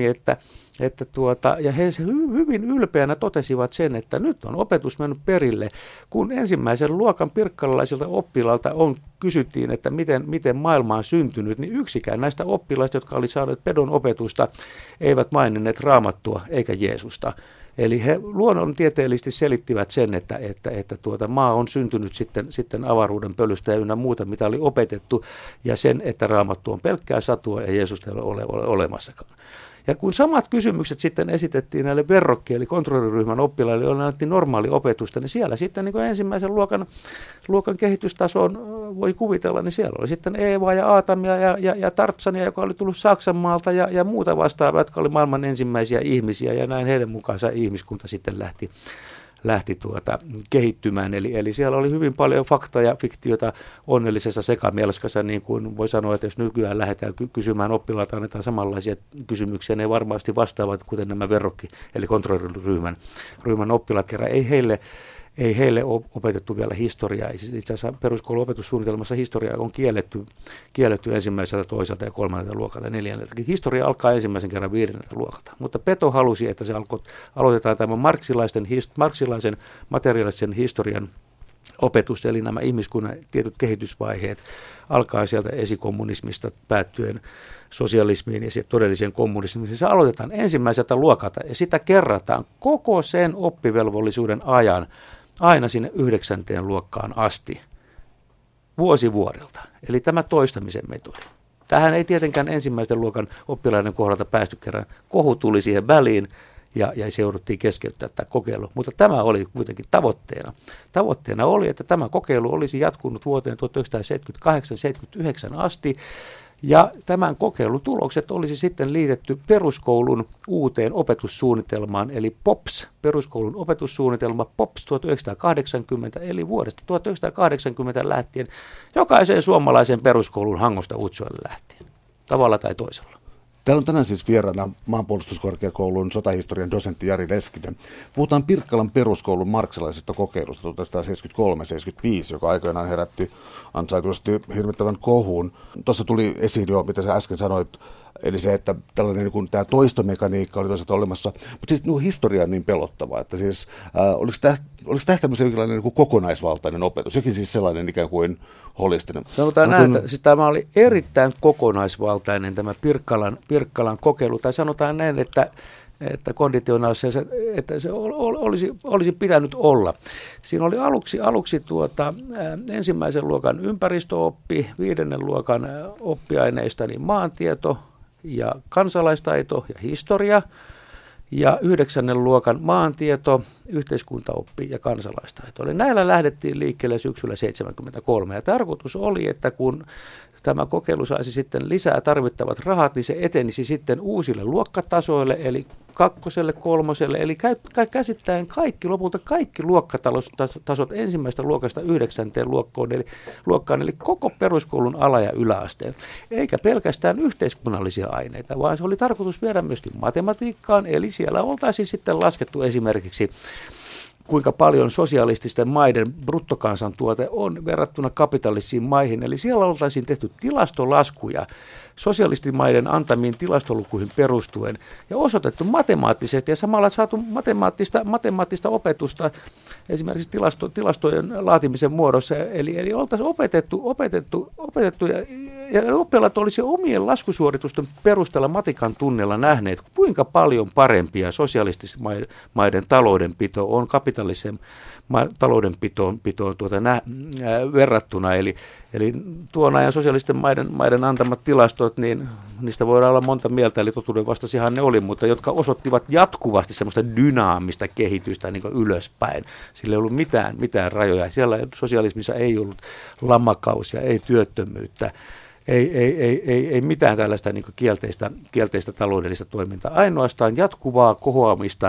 ja he hyvin ylpeänä totesivat sen, että nyt on opetus mennyt perille, kun ensimmäisen luokan pirkkalalaisilta oppilailta kysyttiin, että miten maailma on syntynyt, niin yksikään näistä oppilaista, jotka oli saaneet pedon opetusta, eivät maininneet Raamattua eikä Jeesusta. Eli he luonnontieteellisesti selittivät sen, että maa on syntynyt sitten avaruuden pölystä ja ynnä muuta, mitä oli opetettu, ja sen, että Raamattu on pelkkää satua ja Jeesusta ei ole olemassakaan. Ja kun samat kysymykset sitten esitettiin näille eli kontrolliryhmän oppilaille, joille annettiin normaali opetusta, niin siellä sitten niin kuin ensimmäisen luokan kehitystasoon voi kuvitella, niin siellä oli sitten Eeva ja Aatamia ja Tartsania, joka oli tullut Saksanmaalta ja muuta vastaavaa, jotka oli maailman ensimmäisiä ihmisiä, ja näin heidän mukaansa ihmiskunta sitten lähti kehittymään. Eli siellä oli hyvin paljon faktaa ja fiktiota onnellisessa sekamelskassa, niin kuin voi sanoa, että jos nykyään lähdetään kysymään oppilaita, annetaan samanlaisia kysymyksiä, ne varmasti vastaavat, kuten nämä eli kontrolliryhmän oppilaat kerran. Ei heille opetettu vielä historiaa. Itse asiassa peruskoulun opetussuunnitelmassa historia on kielletty ensimmäiseltä, toiselta ja 3. luokalta ja 4. Historia alkaa ensimmäisen kerran 5. luokalta. Mutta Peto halusi, että se aloitetaan tämän marksilaisen materiaalisen historian opetus, eli nämä ihmiskunnan tietyt kehitysvaiheet, alkaa sieltä esikommunismista päättyen sosialismiin ja todelliseen kommunismiin. Se aloitetaan ensimmäiseltä luokalta ja sitä kerrataan koko sen oppivelvollisuuden ajan aina sinne 9. luokkaan asti, vuosi vuodelta. Eli tämä toistamisen metodi. Tähän ei tietenkään ensimmäisten luokan oppilaiden kohdalta päästy kerran. Kohu tuli siihen väliin ja se jouduttiin keskeyttää tämä kokeilu. Mutta tämä oli kuitenkin tavoitteena. Tavoitteena oli, että tämä kokeilu olisi jatkunut vuoteen 1978-79 asti. Ja tämän kokeilun tulokset olisi sitten liitetty peruskoulun uuteen opetussuunnitelmaan, eli POPS, peruskoulun opetussuunnitelma POPS 1980, eli vuodesta 1980 lähtien jokaiseen suomalaisen peruskoulun Hangosta Utsjoelle lähtien, tavalla tai toisella. Täällä on tänään siis vieraana Maanpuolustuskorkeakoulun sotahistorian dosentti Jari Leskinen. Puhutaan Pirkkalan peruskoulun marksilaisesta kokeilusta 1973-75, joka aikoinaan herätti ansaitusti hirvittävän kohun. Tuossa tuli esiin jo, mitä sä äsken sanoit, Eli se, että tällainen niin kuin, tämä toistomekaniikka oli toisaalta olemassa, mutta siis historia on niin pelottava, että siis oliko tämä tämmöisen jonkinlainen niin kuin kokonaisvaltainen opetus, jokin siis sellainen ikään kuin holistinen. Sanotaan näin, että siis tämä oli erittäin kokonaisvaltainen tämä Pirkkalan kokeilu, tai sanotaan näin, että konditionaalissa, että se olisi pitänyt olla. Siinä oli aluksi ensimmäisen luokan ympäristöoppi, 5. luokan oppiaineista niin maantieto ja kansalaistaito ja historia, ja 9. luokan maantieto, yhteiskuntaoppi ja kansalaistaito. Eli näillä lähdettiin liikkeelle syksyllä 1973, ja tarkoitus oli, että kun tämä kokeilu saisi sitten lisää tarvittavat rahat, niin se etenisi sitten uusille luokkatasoille, eli 2., 3, eli käsittäen lopulta kaikki luokkatasot ensimmäisestä luokasta 9. luokkaan, eli koko peruskoulun ala- ja yläasteen. Eikä pelkästään yhteiskunnallisia aineita, vaan se oli tarkoitus viedä myöskin matematiikkaan, eli siellä oltaisiin sitten laskettu esimerkiksi kuinka paljon sosialististen maiden bruttokansantuote on verrattuna kapitalistisiin maihin. Eli siellä oltaisiin tehty tilastolaskuja sosialistimaiden antamiin tilastolukuihin perustuen ja osoitettu matemaattisesti ja samalla saatu matemaattista opetusta esimerkiksi tilastojen laatimisen muodossa. Eli oltaisiin opetettu ja oppilaat olisi omien laskusuoritusten perusteella matikan tunnilla nähneet, kuinka paljon parempia sosialististen maiden taloudenpito on kapitalisen taloudenpitoon verrattuna. Eli tuon ajan sosialisten maiden antamat tilastot, niin niistä voidaan olla monta mieltä, eli totuuden vastaisihan ne oli, mutta jotka osoittivat jatkuvasti semmoista dynaamista kehitystä niin kuin ylöspäin. Sillä ei ollut mitään rajoja. Siellä sosialismissa ei ollut lamakausia, ei työttömyyttä. Ei mitään tällaista niin kielteistä taloudellista toimintaa, ainoastaan jatkuvaa kohoamista,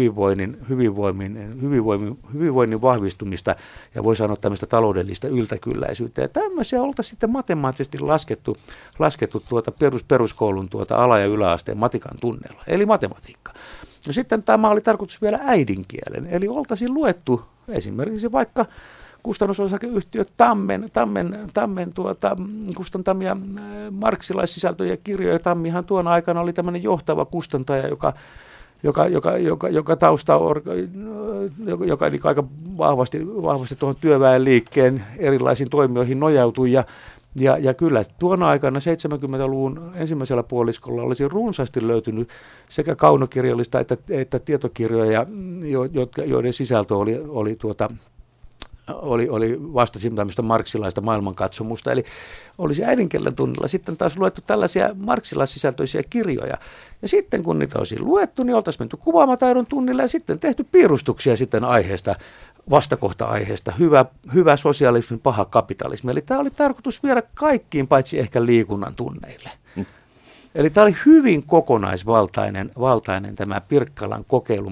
hyvinvoinnin vahvistumista ja voi sanoa tämmöistä taloudellista yltäkylläisyyttä. Ja tämmöisiä oltaisiin sitten matemaattisesti laskettu peruskoulun ala- ja yläasteen matikan tunneilla, eli matematiikka. No sitten tämä oli tarkoitus vielä äidinkielen, eli oltaisiin luettu esimerkiksi vaikka kustannusosakeyhtiö Tammen kustantamia marksilaissisältöjä kirjoja. Tammihan tuona aikana oli tämmöinen johtava kustantaja, joka niin aika vahvasti tuohon työväenliikkeen erilaisiin toimijoihin nojautui ja kyllä tuona aikana 70-luvun ensimmäisellä puoliskolla olisi runsaasti löytynyt sekä kaunokirjallista että tietokirjoja, joiden sisältö oli vastasi tämmöistä marksilaista maailmankatsomusta, eli olisi äidinkielen tunnilla sitten taas luettu tällaisia marksilaissisältöisiä kirjoja. Ja sitten kun niitä olisi luettu, niin oltaisiin menty kuvaamataidon tunnille ja sitten tehty piirustuksia sitten aiheesta, vastakohta-aiheesta, hyvä sosialismi, paha kapitalismi. Eli tämä oli tarkoitus viedä kaikkiin paitsi ehkä liikunnan tunneille. Eli tämä oli hyvin kokonaisvaltainen tämä Pirkkalan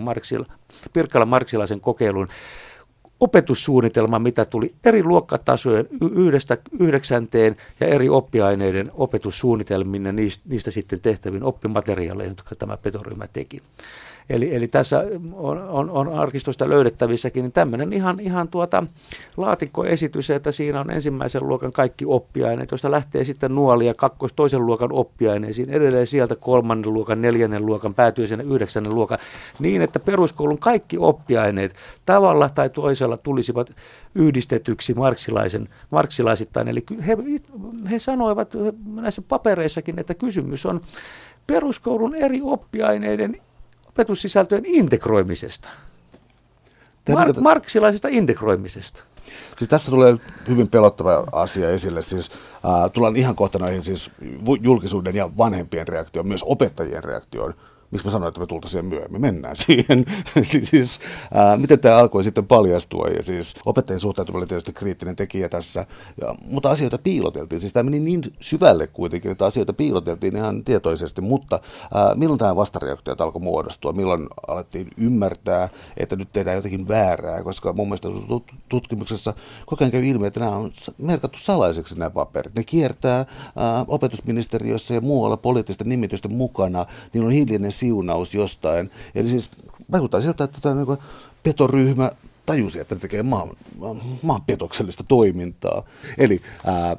marksilaisen kokeilun opetussuunnitelma, mitä tuli eri luokkatasojen 1–9 ja eri oppiaineiden opetussuunnitelmiin ja niistä sitten tehtäviin oppimateriaaleja, jotka tämä petoryhmä teki. Eli tässä on arkistosta löydettävissäkin niin tämmöinen ihan laatikkoesitys, että siinä on ensimmäisen luokan kaikki oppiaineet, joista lähtee sitten nuolia toisen luokan oppiaineisiin, edelleen sieltä 3. luokan, 4. luokan, päätyy sinne 9. luokan, niin että peruskoulun kaikki oppiaineet tavalla tai toisella tulisivat yhdistetyksi marksilaisittain. Eli he sanoivat näissä papereissakin, että kysymys on peruskoulun eri oppiaineiden opetussisältöjen integroimisesta. Marksilaisesta integroimisesta. Siis tässä tulee hyvin pelottava asia esille. Siis, tullaan ihan kohta noihin siis julkisuuden ja vanhempien reaktioon, myös opettajien reaktioon. Miksi mä sanoin, että me tultaisiin myöhemmin? Mennään siihen. Siis, miten tämä alkoi sitten paljastua? Ja siis opettajien suhtautuminen oli tietysti kriittinen tekijä tässä, mutta asioita piiloteltiin. Siis tämä meni niin syvälle kuitenkin, että asioita piiloteltiin ihan tietoisesti, mutta milloin tämä vastareaktiot alkoi muodostua? Milloin alettiin ymmärtää, että nyt tehdään jotakin väärää? Koska mun mielestä tutkimuksessa koko ajan käy ilmi, että nämä on merkattu salaiseksi nämä paperit. Ne kiertää opetusministeriössä ja muualla poliittisten nimitysten mukana. Niillä on hiljainen siunaus jostain. Eli siis vaikuttaa siltä, että tämä niin petoryhmä tajusi, että ne tekee maanpetoksellista toimintaa. Eli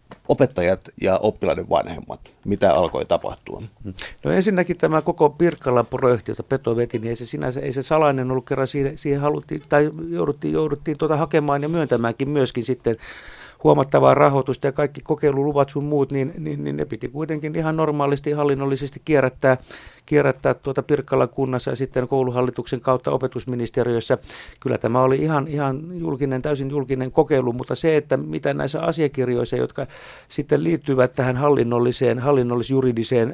opettajat ja oppilaiden vanhemmat? Mitä alkoi tapahtua? No ensinnäkin tämä koko Pirkkalan projekti, jota Peto veti, niin ei se salainen ollut, kerran siihen haluttiin tai jouduttiin hakemaan ja myöntämäänkin myöskin sitten huomattavaa rahoitusta ja kaikki kokeiluluvat sun muut, niin ne piti kuitenkin ihan normaalisti hallinnollisesti kierrättää Pirkkalan kunnassa ja sitten kouluhallituksen kautta opetusministeriössä. Kyllä tämä oli ihan julkinen, täysin julkinen kokeilu, mutta se, että mitä näissä asiakirjoissa, jotka sitten liittyvät tähän hallinnollis-juridiseen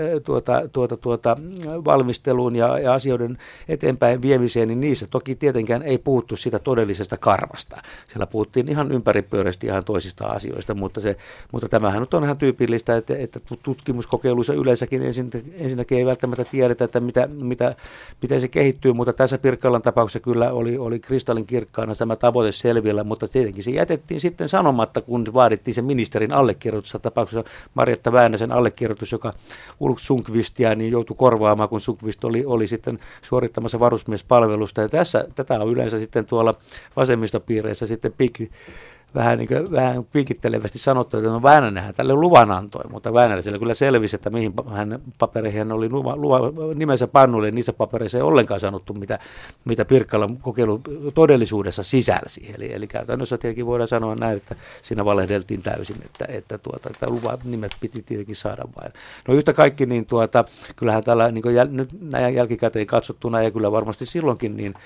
valmisteluun ja asioiden eteenpäin viemiseen, niin niissä toki tietenkään ei puhuttu sitä todellisesta karvasta. Siellä puhuttiin ihan ympäripyöreästi ihan toisista asioista, mutta tämähän nyt on ihan tyypillistä, että tutkimuskokeiluissa yleensäkin ensinnäkin ei välttämättä tiedetä, että miten se kehittyy, mutta tässä Pirkkalan tapauksessa kyllä oli kristallin kirkkaana tämä tavoite selvillä, mutta tietenkin se jätettiin sitten sanomatta, kun vaadittiin sen ministerin allekirjoitusta, tapauksessa Marjatta Väänäsen allekirjoitus, joka Ulf Sundqvistia niin joutui korvaamaan, kun Sundqvist oli sitten suorittamassa varusmiespalvelusta. Ja tätä on yleensä sitten tuolla vasemmistopiireissä sitten vähän piikittelevästi sanottu, että Väänänenhän tälle luvan antoi, mutta Väänällä kyllä selvisi, että mihin hän papereihin oli nimensä pannulle, niissä papereissa ei ollenkaan sanottu, mitä Pirkkalan kokeilu todellisuudessa sisälsi. Eli käytännössä tietenkin voidaan sanoa näin, että siinä valehdeltiin täysin, että luvan nimet piti tietenkin saada vain. No yhtä kaikki, niin kyllähän tällä nyt näin jälkikäteen katsottuna ja kyllä varmasti silloinkin, niin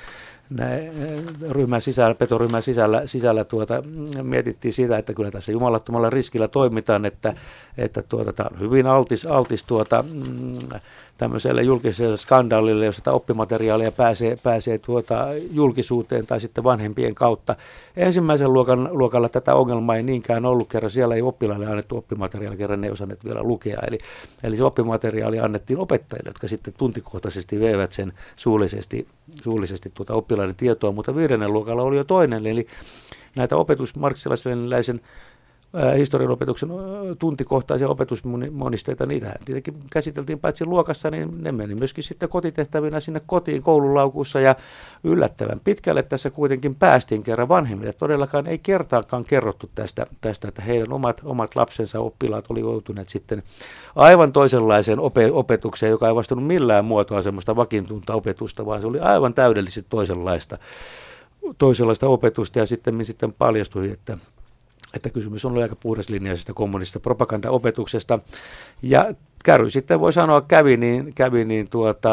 petoryhmän sisällä mietittiin sitä, että kyllä tässä jumalattomalla riskillä toimitaan, että tämä on hyvin altis tämmöiselle julkiselle skandaalille, jos tätä oppimateriaalia pääsee julkisuuteen tai sitten vanhempien kautta. Ensimmäisen luokalla tätä ongelmaa ei niinkään ollut, kerran siellä ei oppilaille annettu oppimateriaalia, kerran ne ei osanneet vielä lukea. Eli se oppimateriaali annettiin opettajille, jotka sitten tuntikohtaisesti veivät sen suullisesti oppilaiden tietoa, mutta 5. luokalla oli jo toinen, eli näitä marksilaisläisen historian opetuksen tuntikohtaisia opetusmonisteita, niitä tietenkin käsiteltiin paitsi luokassa, niin ne meni myöskin sitten kotitehtävinä sinne kotiin koululaukussa ja yllättävän pitkälle tässä kuitenkin päästiin kerran vanhemmille. Todellakaan ei kertaakaan kerrottu tästä että heidän omat lapsensa oppilaat oli joutuneet sitten aivan toisenlaiseen opetukseen, joka ei vastannut millään muotoa semmoista vakiintunutta opetusta, vaan se oli aivan täydellisesti toisenlaista opetusta ja sitten paljastui, että kysymys on ollut aika puhdaslinjaisesta kommunistisesta propagandaopetuksesta. Ja Käry sitten voi sanoa kävi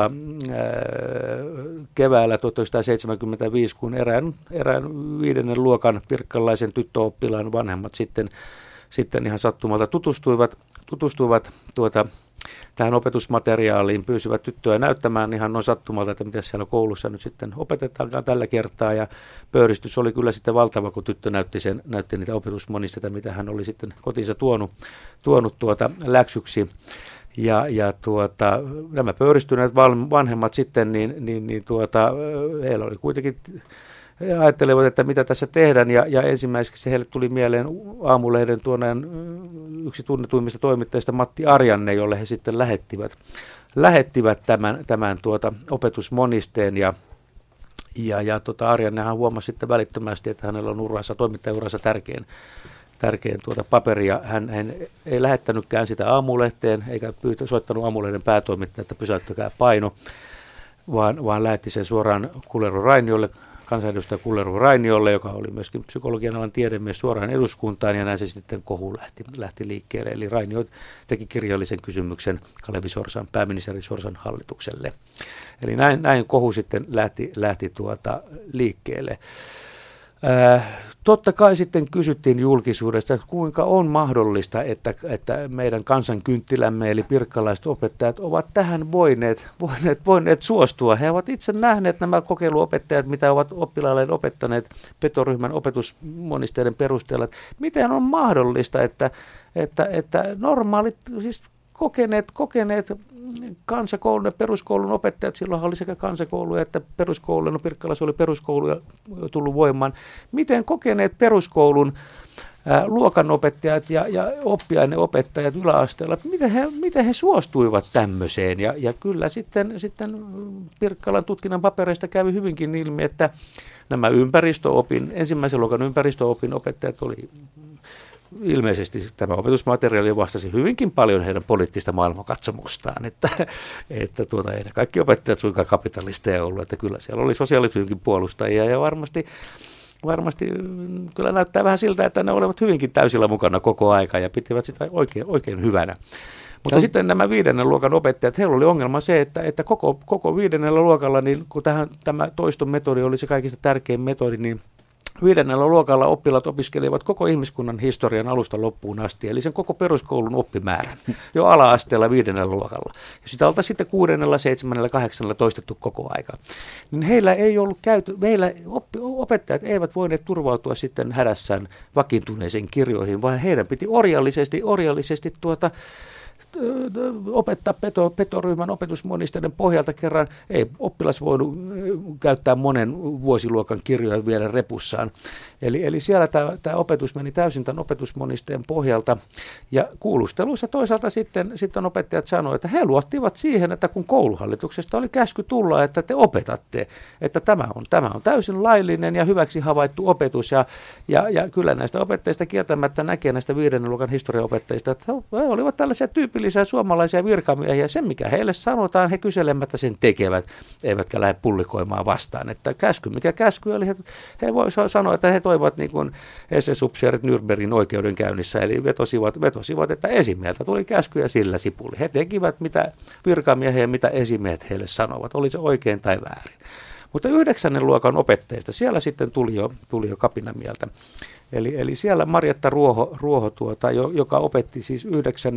keväällä 1975, kun erään 5. luokan pirkkalaisen tyttöoppilaan vanhemmat sitten ihan sattumalta tutustuivat tähän opetusmateriaaliin, pyysivät tyttöä näyttämään ihan noin sattumalta, että mitä siellä koulussa nyt sitten opetetaankaan tällä kertaa. Ja pöyristys oli kyllä sitten valtava, kun tyttö näytti niitä opetusmonisteita, mitä hän oli sitten kotiinsa tuonut läksyksi. Ja nämä pöyristyneet vanhemmat sitten, heillä oli kuitenkin, he ajattelevat, että mitä tässä tehdään, ja ensimmäiseksi heille tuli mieleen Aamulehden yksi tunnetuimmista toimittajista Matti Arjanne, jolle he sitten lähettivät tämän opetusmonisteen, ja Arjannehan huomasi sitten välittömästi, että hänellä on toimittajaurassa tärkein paperia. Hän ei lähettänytkään sitä Aamulehteen, eikä soittanut Aamulehden päätoimittaja, että pysäyttäkää paino, vaan lähetti sen suoraan kansanedustaja Kullervo Rainiolle, joka oli myöskin psykologian alan tiedemies, suoraan eduskuntaan, ja näin se sitten kohu lähti liikkeelle. Eli Rainio teki kirjallisen kysymyksen Kalevi Sorsan, pääministeri Sorsan hallitukselle. Eli näin kohu sitten lähti liikkeelle. Totta kai sitten kysyttiin julkisuudesta, että kuinka on mahdollista, että meidän kansankynttilämme eli pirkkalaiset opettajat ovat tähän voineet suostua. He ovat itse nähneet nämä kokeiluopettajat, mitä ovat oppilailleen opettaneet petoryhmän opetusmonisteiden perusteella. Että miten on mahdollista, että normaalit, siis kokeneet kansakoulun ja peruskoulun opettajat, silloin oli sekä kansakoulu että peruskoulu, no Pirkkalassa oli peruskoulu ja tullut voimaan. Miten kokeneet peruskoulun luokanopettajat ja oppiaineopettajat yläasteella, miten he suostuivat tämmöiseen? Ja kyllä sitten Pirkkalan tutkinnan papereista kävi hyvinkin ilmi, että nämä ensimmäisen luokan ympäristöopin opettajat oli ilmeisesti tämä opetusmateriaali vastasi hyvinkin paljon heidän poliittista maailmankatsomustaan, että ei ne kaikki opettajat suinkaan kapitalisteja ollut, että kyllä siellä oli sosiaalisminkin puolustajia ja varmasti kyllä näyttää vähän siltä, että ne olivat hyvinkin täysillä mukana koko aika ja pitivät sitä oikein hyvänä. Mutta sitten nämä 5. luokan opettajat, heillä oli ongelma se, että koko 5. luokalla, niin kun tämä toistometodi oli se kaikista tärkein metodi, niin 5. luokalla oppilaat opiskelivat koko ihmiskunnan historian alusta loppuun asti, eli sen koko peruskoulun oppimäärän jo ala-asteella 5. luokalla. Ja sitä oltaisiin sitten 6., 7., 8. toistettu koko aika. Niin heillä ei ollut opettajat eivät voineet turvautua sitten hädässään vakiintuneisiin kirjoihin, vaan heidän piti orjallisesti opettaa petoryhmän opetusmonisteiden pohjalta kerran. Ei oppilas voinut käyttää monen vuosiluokan kirjoja vielä repussaan. Eli siellä tämä opetus meni täysin tämän opetusmonisteen pohjalta. Ja kuulusteluissa toisaalta sitten opettajat sanoivat, että he luottivat siihen, että kun kouluhallituksesta oli käsky tulla, että te opetatte, että tämä on täysin laillinen ja hyväksi havaittu opetus. Ja kyllä näistä opettajista kieltämättä näkee näistä 5. luokan historiaopettajista, että he olivat tällaisia tyypillisiä suomalaisia virkamiehiä. Sen, mikä heille sanotaan, he kyselemättä sen tekevät, eivätkä lähde pullikoimaan vastaan. Että käsky, mikä käsky, eli he voisivat sanoa, että he toivat niin kuin SS-upseerit Nürnbergin oikeudenkäynnissä, eli vetosivat, että esimieltä tuli käsky ja sillä sipuli. He tekivät mitä virkamiehiä ja mitä esimiehet heille sanovat, oli se oikein tai väärin. Mutta 9. luokan opettajista, siellä sitten tuli jo kapinamieltä. Eli siellä Marjatta Ruoho joka opetti siis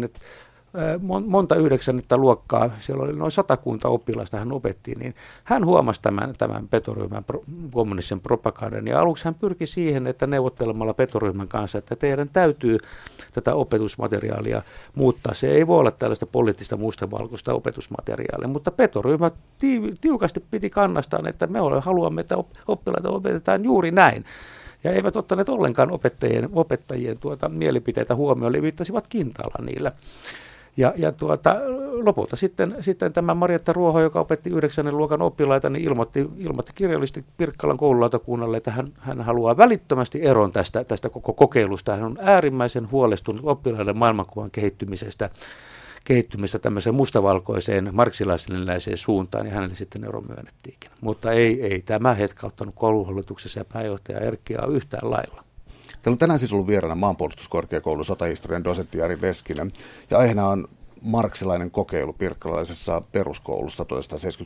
monta 9. luokkaa, siellä oli noin 100 oppilasta hän opetti, niin hän huomasi tämän petoryhmän kommunistisen propagandan ja aluksi hän pyrki siihen, että neuvottelemalla petoryhmän kanssa, että teidän täytyy tätä opetusmateriaalia muuttaa. Se ei voi olla tällaista poliittista mustavalkoista opetusmateriaalia, mutta petoryhmä tiukasti piti kannastaan, että me haluamme, että oppilaita opetetaan juuri näin. Ja eivät ottaneet ollenkaan opettajien mielipiteitä huomioon, eli viittasivat kintaalla niillä. Ja lopulta sitten tämä Marjatta Ruoho, joka opetti 9. luokan oppilaita, niin ilmoitti kirjallisesti Pirkkalan koululautakunnalle, että hän haluaa välittömästi eron tästä koko kokeilusta. Hän on äärimmäisen huolestunut oppilaiden maailmankuvan kehittymisestä tämmöiseen mustavalkoiseen marksilaisennäiseen suuntaan, ja hänelle sitten ero myönnettiinkin. Mutta ei tämä hetkauttanut kouluhallituksessa ja pääjohtaja Erkkiä yhtään lailla. Täällä on tänään siis ollut vieraana maanpuolustuskorkeakoulun sotahistorian dosentti Jari Veskinen, ja aiheena on marksilainen kokeilu pirkkalaisessa peruskoulussa 1973-1975.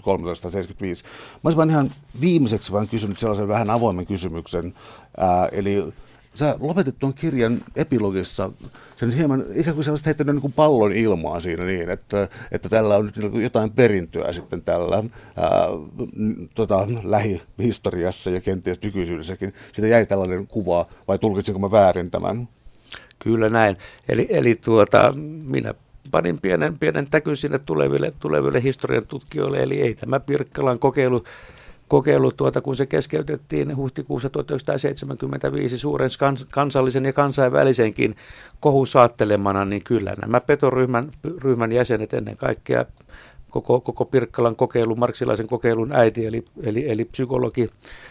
Mä olisin vaan ihan viimeiseksi vaan kysynyt sellaisen vähän avoimen kysymyksen, eli sä lopetit tuon kirjan epilogissa sen hieman ikään kuin sellaista heittänyt niin kuin pallon ilmaan siinä niin, että tällä on nyt jotain perintöä sitten tällä lähihistoriassa ja kenties nykyisyydessäkin. Siitä jäi tällainen kuva, vai tulkitsinko mä väärin tämän? Kyllä näin. Eli minä panin pienen täkyn sinne tuleville historian tutkijoille, eli ei tämä Pirkkalan kokeilu, kun se keskeytettiin huhtikuussa 1975 suuren kansallisen ja kansainvälisenkin kohun saattelemana, niin kyllä nämä petoryhmän jäsenet ennen kaikkea koko Pirkkalan kokeilun, marksilaisen kokeilun äiti, eli psykologi,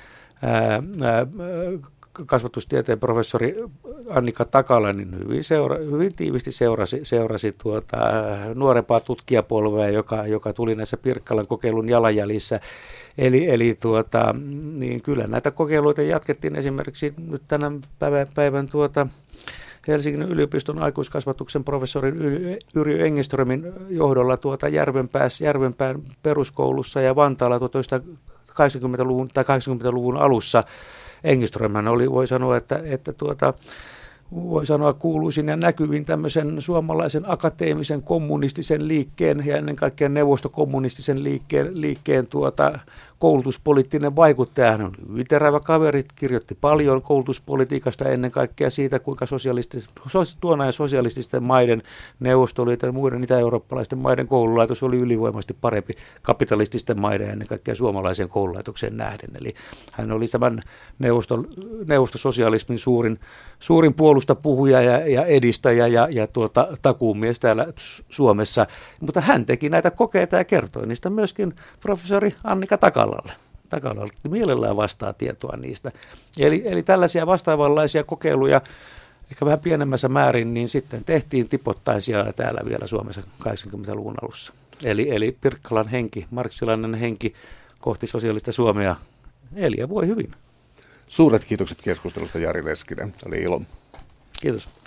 kasvatustieteen professori Annika Takala, niin hyvin tiivisti seurasi nuorempaa tutkijapolvea, joka tuli näissä Pirkkalan kokeilun jalanjäljissä. Eli niin kyllä näitä kokeiluita jatkettiin esimerkiksi nyt tänä päivän Helsingin yliopiston aikuiskasvatuksen professorin Yrjö Engeströmin johdolla Järvenpään peruskoulussa ja Vantaalla 1980-luvun tai 80-luvun alussa. Engströmhän oli, voi sanoa kuuluisin ja näkyvin tämmöisen suomalaisen akateemisen kommunistisen liikkeen ja ennen kaikkea neuvostokommunistisen liikkeen koulutuspoliittinen vaikuttaja. Hän on hyvin terävä kaveri, kirjoitti paljon koulutuspolitiikasta ennen kaikkea siitä, kuinka sosialististen maiden, Neuvostoliiton ja muiden itä-eurooppalaisten maiden koululaitos oli ylivoimaisesti parempi kapitalististen maiden ja ennen kaikkea suomalaiseen koululaitokseen nähden. Eli hän oli tämän neuvostososialismin suurin puolustapuhuja ja edistäjä ja takuumies täällä Suomessa. Mutta hän teki näitä kokeita ja kertoi niistä myöskin professori Annika Takalalle mielellään vastaa tietoa niistä. Eli tällaisia vastaavanlaisia kokeiluja ehkä vähän pienemmässä määrin, niin sitten tehtiin tipoittain siellä ja täällä vielä Suomessa 80-luvun alussa. Eli Pirkkalan henki, marxilainen henki kohti sosiaalista Suomea eli ja voi hyvin. Suuret kiitokset keskustelusta, Jari Leskinen. Oli ilo. Kiitos.